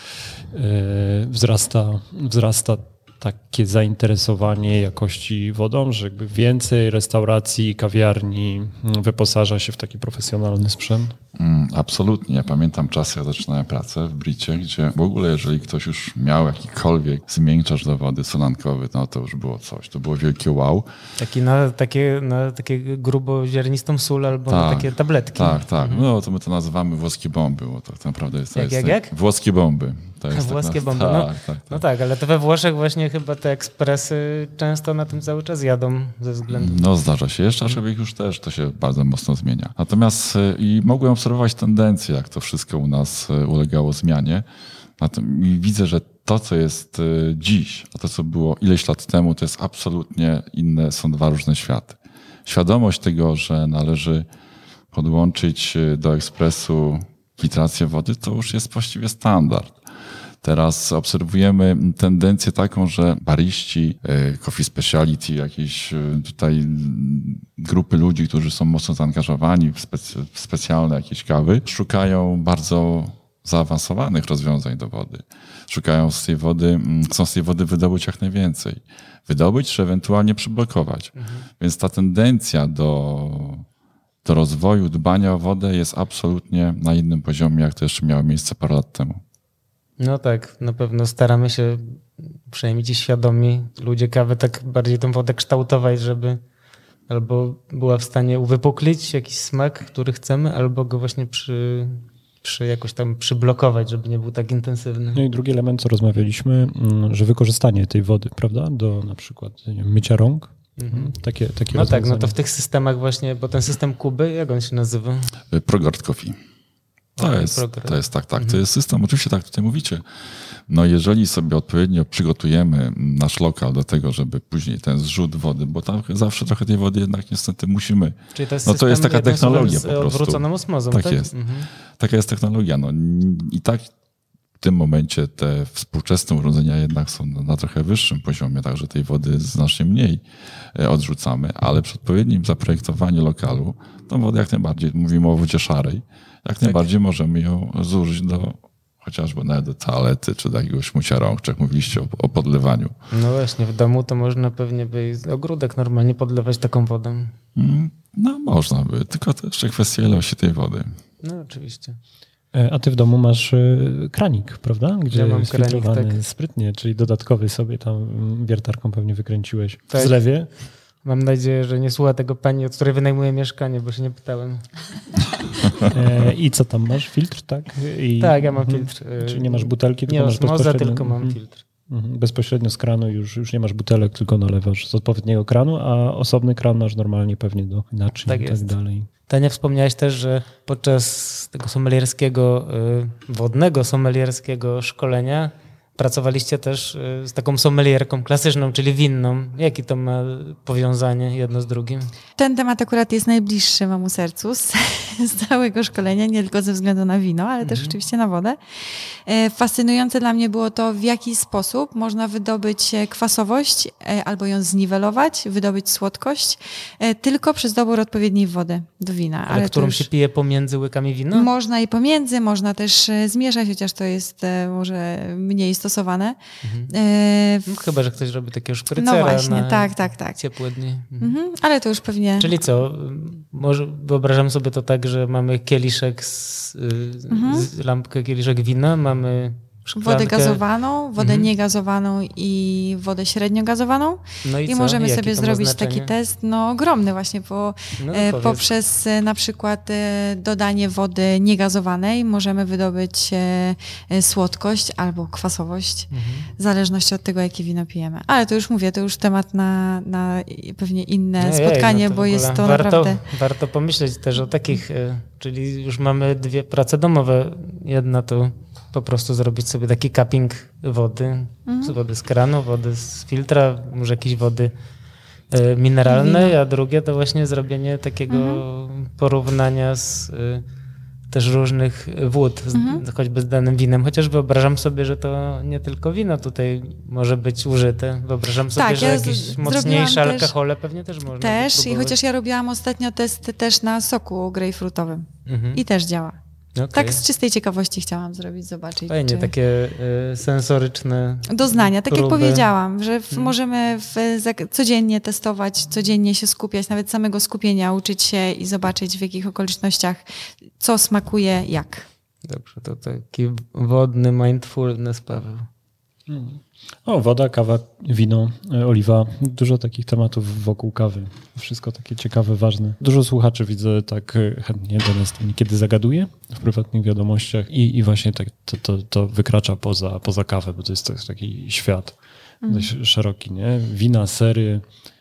[SPEAKER 2] wzrasta takie zainteresowanie jakości wodą, że jakby więcej restauracji, kawiarni wyposaża się w taki profesjonalny sprzęt?
[SPEAKER 5] Absolutnie. Ja pamiętam czasy, jak zaczynałem pracę w Bricie, gdzie w ogóle jeżeli ktoś już miał jakikolwiek zmiękczacz do wody solankowy, no to już było coś. To było wielkie wow.
[SPEAKER 3] Taki na takie gruboziarnistą sól albo na takie tabletki.
[SPEAKER 5] Tak. No to my to nazywamy włoskie bomby, bo to tak naprawdę jest...
[SPEAKER 3] Jak?
[SPEAKER 5] Włoskie bomby. To jest
[SPEAKER 3] włoskie bomby.
[SPEAKER 5] Tak.
[SPEAKER 3] No tak, ale to we Włoszech właśnie chyba te ekspresy często na tym cały czas jadą ze względu...
[SPEAKER 5] No zdarza się. Jeszcze aczkolwiek już też to się bardzo mocno zmienia. Natomiast i mogłem obserwować tendencje, jak to wszystko u nas ulegało zmianie. I widzę, że to, co jest dziś, a to, co było ileś lat temu, to jest absolutnie inne, są 2 różne światy. Świadomość tego, że należy podłączyć do ekspresu filtrację wody, to już jest właściwie standard. Teraz obserwujemy tendencję taką, że bariści, coffee speciality, jakieś tutaj grupy ludzi, którzy są mocno zaangażowani w specjalne jakieś kawy, szukają bardzo zaawansowanych rozwiązań do wody. Chcą z tej wody wydobyć jak najwięcej. Wydobyć, czy ewentualnie przyblokować. Więc ta tendencja do rozwoju, dbania o wodę jest absolutnie na innym poziomie, jak to jeszcze miało miejsce parę lat temu.
[SPEAKER 3] No tak, na pewno staramy się, przynajmniej ci świadomi ludzie kawy, tak bardziej tą wodę kształtować, żeby albo była w stanie uwypuklić jakiś smak, który chcemy, albo go właśnie jakoś tam przyblokować, żeby nie był tak intensywny.
[SPEAKER 2] No i drugi element, co rozmawialiśmy, że wykorzystanie tej wody, prawda, do na przykład mycia rąk. Takie
[SPEAKER 3] no tak, no to w tych systemach właśnie, bo ten system Kuby, jak on się nazywa?
[SPEAKER 5] Progrord Coffee. To jest tak. To jest system, oczywiście tak tutaj mówicie. No jeżeli sobie odpowiednio przygotujemy nasz lokal do tego, żeby później ten zrzut wody, bo tam zawsze trochę tej wody jednak niestety musimy.
[SPEAKER 3] Czyli to jest,
[SPEAKER 5] to jest taka technologia
[SPEAKER 3] z
[SPEAKER 5] po prostu.
[SPEAKER 3] odwróconą osmozą,
[SPEAKER 5] tak? Jest. Taka jest technologia. No i tak w tym momencie te współczesne urządzenia jednak są na trochę wyższym poziomie, także tej wody znacznie mniej odrzucamy, ale przy odpowiednim zaprojektowaniu lokalu tą wodę jak najbardziej, mówimy o wodzie szarej, jak najbardziej możemy ją zużyć chociażby nawet do toalety, czy do jakiegoś mycia rąk, jak mówiliście o podlewaniu.
[SPEAKER 3] No właśnie, w domu to można pewnie by ogródek normalnie podlewać taką wodą.
[SPEAKER 5] No można by, tylko to jeszcze kwestia ilości tej wody.
[SPEAKER 3] No oczywiście.
[SPEAKER 2] A ty w domu masz kranik, prawda? Gdzie
[SPEAKER 3] Ja mam
[SPEAKER 2] jest
[SPEAKER 3] kranik,
[SPEAKER 2] filtrowany sprytnie, czyli dodatkowy sobie tam wiertarką pewnie wykręciłeś w
[SPEAKER 3] Tak.
[SPEAKER 2] zlewie.
[SPEAKER 3] Mam nadzieję, że nie słucha tego pani, od której wynajmuję mieszkanie, bo się nie pytałem.
[SPEAKER 2] I co tam masz? Filtr, tak?
[SPEAKER 3] Tak, ja mam filtr.
[SPEAKER 2] Czyli nie masz butelki,
[SPEAKER 3] Nie
[SPEAKER 2] tylko masz
[SPEAKER 3] osmozę,
[SPEAKER 2] bezpośrednio...
[SPEAKER 3] tylko mam filtr.
[SPEAKER 2] Bezpośrednio z kranu już nie masz butelek, tylko nalewasz z odpowiedniego kranu, a osobny kran masz normalnie pewnie do naczyń
[SPEAKER 3] Tak
[SPEAKER 2] i tak
[SPEAKER 3] jest.
[SPEAKER 2] dalej.
[SPEAKER 3] Tania, wspomniałeś też, że podczas tego sommelierskiego, wodnego sommelierskiego szkolenia pracowaliście też z taką sommelierką klasyczną, czyli winną. Jakie to ma powiązanie jedno z drugim?
[SPEAKER 6] Ten temat akurat jest najbliższy memu sercu z całego szkolenia, nie tylko ze względu na wino, ale też oczywiście na wodę. Fascynujące dla mnie było to, w jaki sposób można wydobyć kwasowość albo ją zniwelować, wydobyć słodkość tylko przez dobór odpowiedniej wody do wina.
[SPEAKER 3] Ale którą
[SPEAKER 6] już
[SPEAKER 3] się pije pomiędzy łykami wina?
[SPEAKER 6] można i pomiędzy, można też zmieszać, chociaż to jest może mniej stosowane.
[SPEAKER 3] Chyba, że ktoś robi takiego szprycera
[SPEAKER 6] No właśnie,
[SPEAKER 3] na
[SPEAKER 6] tak.
[SPEAKER 3] ciepłe dni.
[SPEAKER 6] Ale to już pewnie...
[SPEAKER 3] Czyli co? Może wyobrażam sobie to tak, że mamy kieliszek lampkę, kieliszek wina, mamy szklankę.
[SPEAKER 6] Wodę gazowaną, wodę niegazowaną i wodę średnio gazowaną.
[SPEAKER 3] No
[SPEAKER 6] I
[SPEAKER 3] co?
[SPEAKER 6] możemy
[SPEAKER 3] Jakie
[SPEAKER 6] sobie
[SPEAKER 3] to ma
[SPEAKER 6] zrobić
[SPEAKER 3] znaczenie?
[SPEAKER 6] taki test, ogromny właśnie,
[SPEAKER 3] powiedz.
[SPEAKER 6] poprzez na przykład dodanie wody niegazowanej możemy wydobyć słodkość albo kwasowość, w zależności od tego, jakie wino pijemy. Ale to już mówię, to już temat na pewnie inne spotkanie,
[SPEAKER 3] to w
[SPEAKER 6] bo
[SPEAKER 3] ogóle
[SPEAKER 6] jest to naprawdę...
[SPEAKER 3] Warto pomyśleć też o takich, czyli już mamy 2 prace domowe. Jedna to po prostu zrobić sobie taki cupping wody, wody z kranu, wody z filtra, może jakieś wody mineralnej, a drugie to właśnie zrobienie takiego porównania z też różnych wód, choćby z danym winem. Chociaż wyobrażam sobie, że to nie tylko wino tutaj może być użyte. Wyobrażam sobie, że jakieś mocniejsze alkohole pewnie też można
[SPEAKER 6] Też, i chociaż ja robiłam ostatnio testy też na soku grejpfrutowym i też działa.
[SPEAKER 3] Okay.
[SPEAKER 6] Tak z czystej ciekawości chciałam zrobić, zobaczyć.
[SPEAKER 3] Fajnie, takie sensoryczne
[SPEAKER 6] doznania. Tak
[SPEAKER 3] próby.
[SPEAKER 6] Jak powiedziałam, że możemy codziennie testować, codziennie się skupiać, nawet samego skupienia uczyć się i zobaczyć, w jakich okolicznościach co smakuje, jak.
[SPEAKER 3] Dobrze, to taki wodny mindfulness, Paweł.
[SPEAKER 2] Woda, kawa, wino, oliwa. Dużo takich tematów wokół kawy. Wszystko takie ciekawe, ważne. Dużo słuchaczy widzę tak chętnie do nas niekiedy zagaduje w prywatnych wiadomościach i właśnie tak to wykracza poza kawę, bo to jest taki świat dość szeroki, nie? Wina, sery.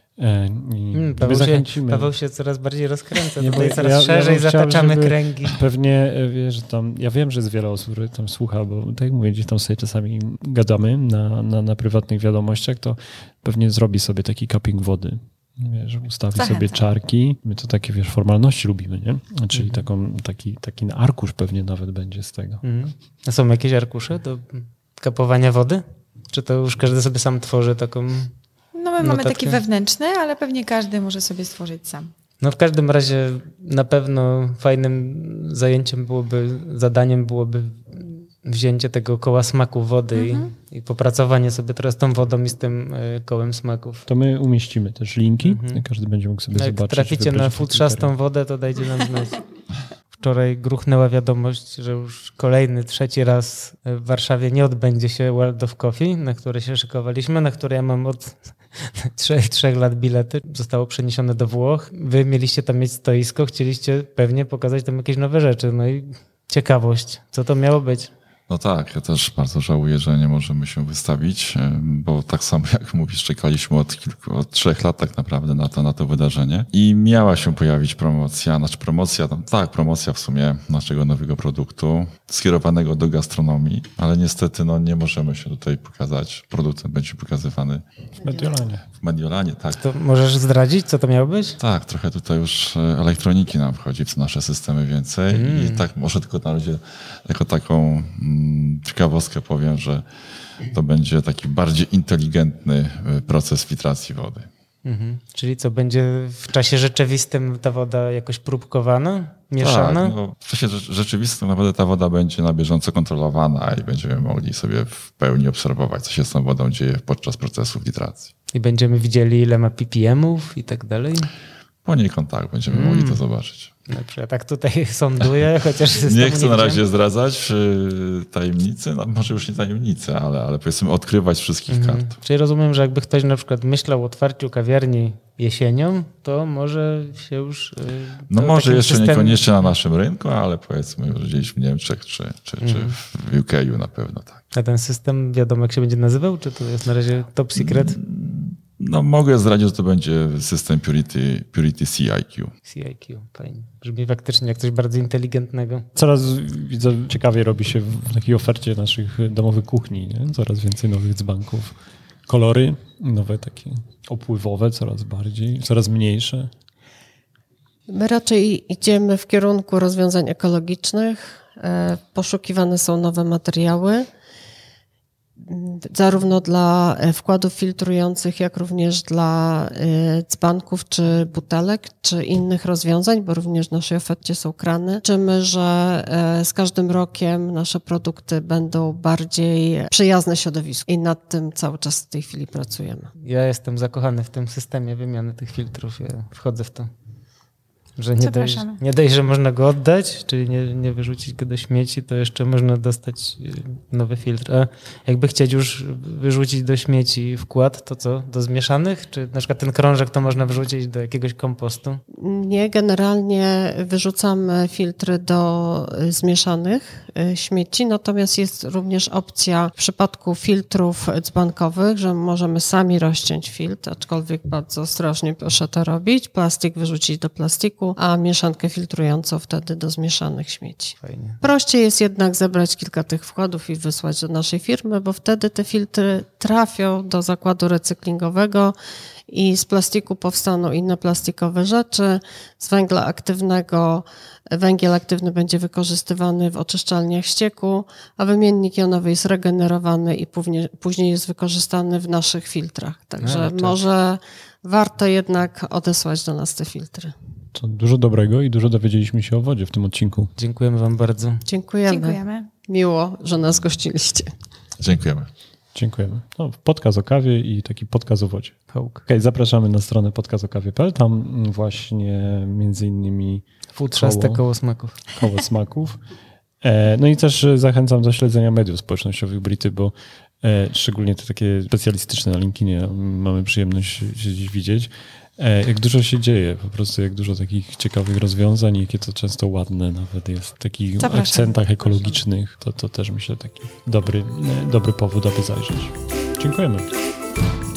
[SPEAKER 3] Paweł się coraz bardziej rozkręca.
[SPEAKER 2] Nie,
[SPEAKER 3] tutaj coraz szerzej zataczamy kręgi.
[SPEAKER 2] Pewnie wiesz, ja wiem, że jest wiele osób, które tam słucha, bo tak jak mówię, gdzieś tam sobie czasami gadamy na prywatnych wiadomościach, to pewnie zrobi sobie taki cupping wody. Wiesz, ustawi sobie czarki. My to takie, wiesz, formalności lubimy, nie? Czyli taki arkusz pewnie nawet będzie z tego.
[SPEAKER 3] A są jakieś arkusze do kapowania wody? Czy to już każdy sobie sam tworzy taką...
[SPEAKER 6] My mamy taki wewnętrzny, ale pewnie każdy może sobie stworzyć sam.
[SPEAKER 3] W każdym razie na pewno fajnym zadaniem byłoby wzięcie tego koła smaku wody i popracowanie sobie teraz tą wodą i z tym kołem smaków.
[SPEAKER 2] To my umieścimy też linki, każdy będzie mógł sobie zobaczyć.
[SPEAKER 3] Jak traficie na futrzastą wodę, to dajcie nam znać. Wczoraj gruchnęła wiadomość, że już kolejny, 3. raz w Warszawie nie odbędzie się World of Coffee, na które się szykowaliśmy, na które ja mam od 3 lat bilety. Zostało przeniesione do Włoch. Wy mieliście tam mieć stoisko, chcieliście pewnie pokazać tam jakieś nowe rzeczy. No i ciekawość, co to miało być?
[SPEAKER 5] No tak, ja też bardzo żałuję, że nie możemy się wystawić, bo tak samo jak mówisz, czekaliśmy od 3 lat tak naprawdę na to wydarzenie i miała się pojawić promocja w sumie naszego nowego produktu skierowanego do gastronomii, ale niestety nie możemy się tutaj pokazać. Producent będzie pokazywany
[SPEAKER 2] W Mediolanie.
[SPEAKER 5] w Mediolanie, tak.
[SPEAKER 3] To możesz zdradzić, co to miało być?
[SPEAKER 5] Tak, trochę tutaj już elektroniki nam wchodzi w nasze systemy więcej i tak może tylko na razie jako taką ciekawostkę powiem, że to będzie taki bardziej inteligentny proces filtracji wody.
[SPEAKER 3] Czyli co, będzie w czasie rzeczywistym ta woda jakoś próbkowana, mieszana?
[SPEAKER 5] Tak, w czasie rzeczywistym naprawdę ta woda będzie na bieżąco kontrolowana i będziemy mogli sobie w pełni obserwować, co się z tą wodą dzieje podczas procesu filtracji.
[SPEAKER 3] I będziemy widzieli, ile ma ppm-ów i tak dalej?
[SPEAKER 5] Poniekąd tak, będziemy mogli to zobaczyć.
[SPEAKER 3] Dobrze, ja tak tutaj sąduję, chociaż systemu
[SPEAKER 5] Nie chcę na razie
[SPEAKER 3] widziałem.
[SPEAKER 5] zdradzać tajemnicy, może już nie tajemnicy, ale powiedzmy odkrywać wszystkich kart.
[SPEAKER 3] Czyli rozumiem, że jakby ktoś na przykład myślał o otwarciu kawiarni jesienią, to może się już...
[SPEAKER 5] Może jeszcze niekoniecznie na naszym rynku, ale powiedzmy już gdzieś w Niemczech czy w UK na pewno tak.
[SPEAKER 3] A ten system wiadomo jak się będzie nazywał? Czy to jest na razie top secret?
[SPEAKER 5] Mogę zdradzić, że to będzie system Purity CIQ.
[SPEAKER 3] CIQ, fajnie. Brzmi faktycznie jak coś bardzo inteligentnego.
[SPEAKER 2] Coraz widzę, ciekawie robi się w takiej ofercie naszych domowych kuchni, nie? Coraz więcej nowych dzbanków. Kolory nowe, takie opływowe, coraz bardziej, coraz mniejsze.
[SPEAKER 4] My raczej idziemy w kierunku rozwiązań ekologicznych. Poszukiwane są nowe materiały, zarówno dla wkładów filtrujących, jak również dla dzbanków czy butelek, czy innych rozwiązań, bo również w naszej ofercie są krany. Liczymy, że z każdym rokiem nasze produkty będą bardziej przyjazne środowisku i nad tym cały czas w tej chwili pracujemy.
[SPEAKER 3] Ja jestem zakochany w tym systemie wymiany tych filtrów. Ja wchodzę w to. Że nie dość, że można go oddać, czyli nie wyrzucić go do śmieci, to jeszcze można dostać nowy filtr. A jakby chcieć już wyrzucić do śmieci wkład, to co? Do zmieszanych? Czy na przykład ten krążek to można wrzucić do jakiegoś kompostu?
[SPEAKER 4] Nie, generalnie wyrzucamy filtry do zmieszanych śmieci, natomiast jest również opcja w przypadku filtrów dzbankowych, że możemy sami rozciąć filtr, aczkolwiek bardzo ostrożnie proszę to robić, plastik wyrzucić do plastiku, a mieszankę filtrującą wtedy do zmieszanych śmieci.
[SPEAKER 3] Fajnie.
[SPEAKER 4] Prościej jest jednak zebrać kilka tych wkładów i wysłać do naszej firmy, bo wtedy te filtry trafią do zakładu recyklingowego i z plastiku powstaną inne plastikowe rzeczy. Z węgla aktywnego węgiel aktywny będzie wykorzystywany w oczyszczalniach ścieku, a wymiennik jonowy jest regenerowany i później jest wykorzystany w naszych filtrach. Także może warto jednak odesłać do nas te filtry.
[SPEAKER 2] To dużo dobrego i dużo dowiedzieliśmy się o wodzie w tym odcinku.
[SPEAKER 3] Dziękujemy wam bardzo.
[SPEAKER 4] Dziękujemy. Miło, że nas gościliście.
[SPEAKER 5] Dziękujemy.
[SPEAKER 2] Dziękujemy. Podcast o kawie i taki podcast o wodzie. Okay, zapraszamy na stronę podcastokawie.pl. Tam właśnie między innymi
[SPEAKER 3] Futrzaste koło smaków.
[SPEAKER 2] Koło smaków. No i też zachęcam do śledzenia mediów społecznościowych Brity, bo szczególnie te takie specjalistyczne na LinkedInie mamy przyjemność się gdzieś widzieć. Jak dużo się dzieje, po prostu jak dużo takich ciekawych rozwiązań, jakie to często ładne nawet jest w takich akcentach ekologicznych, to też myślę taki dobry powód, aby zajrzeć. Dziękujemy.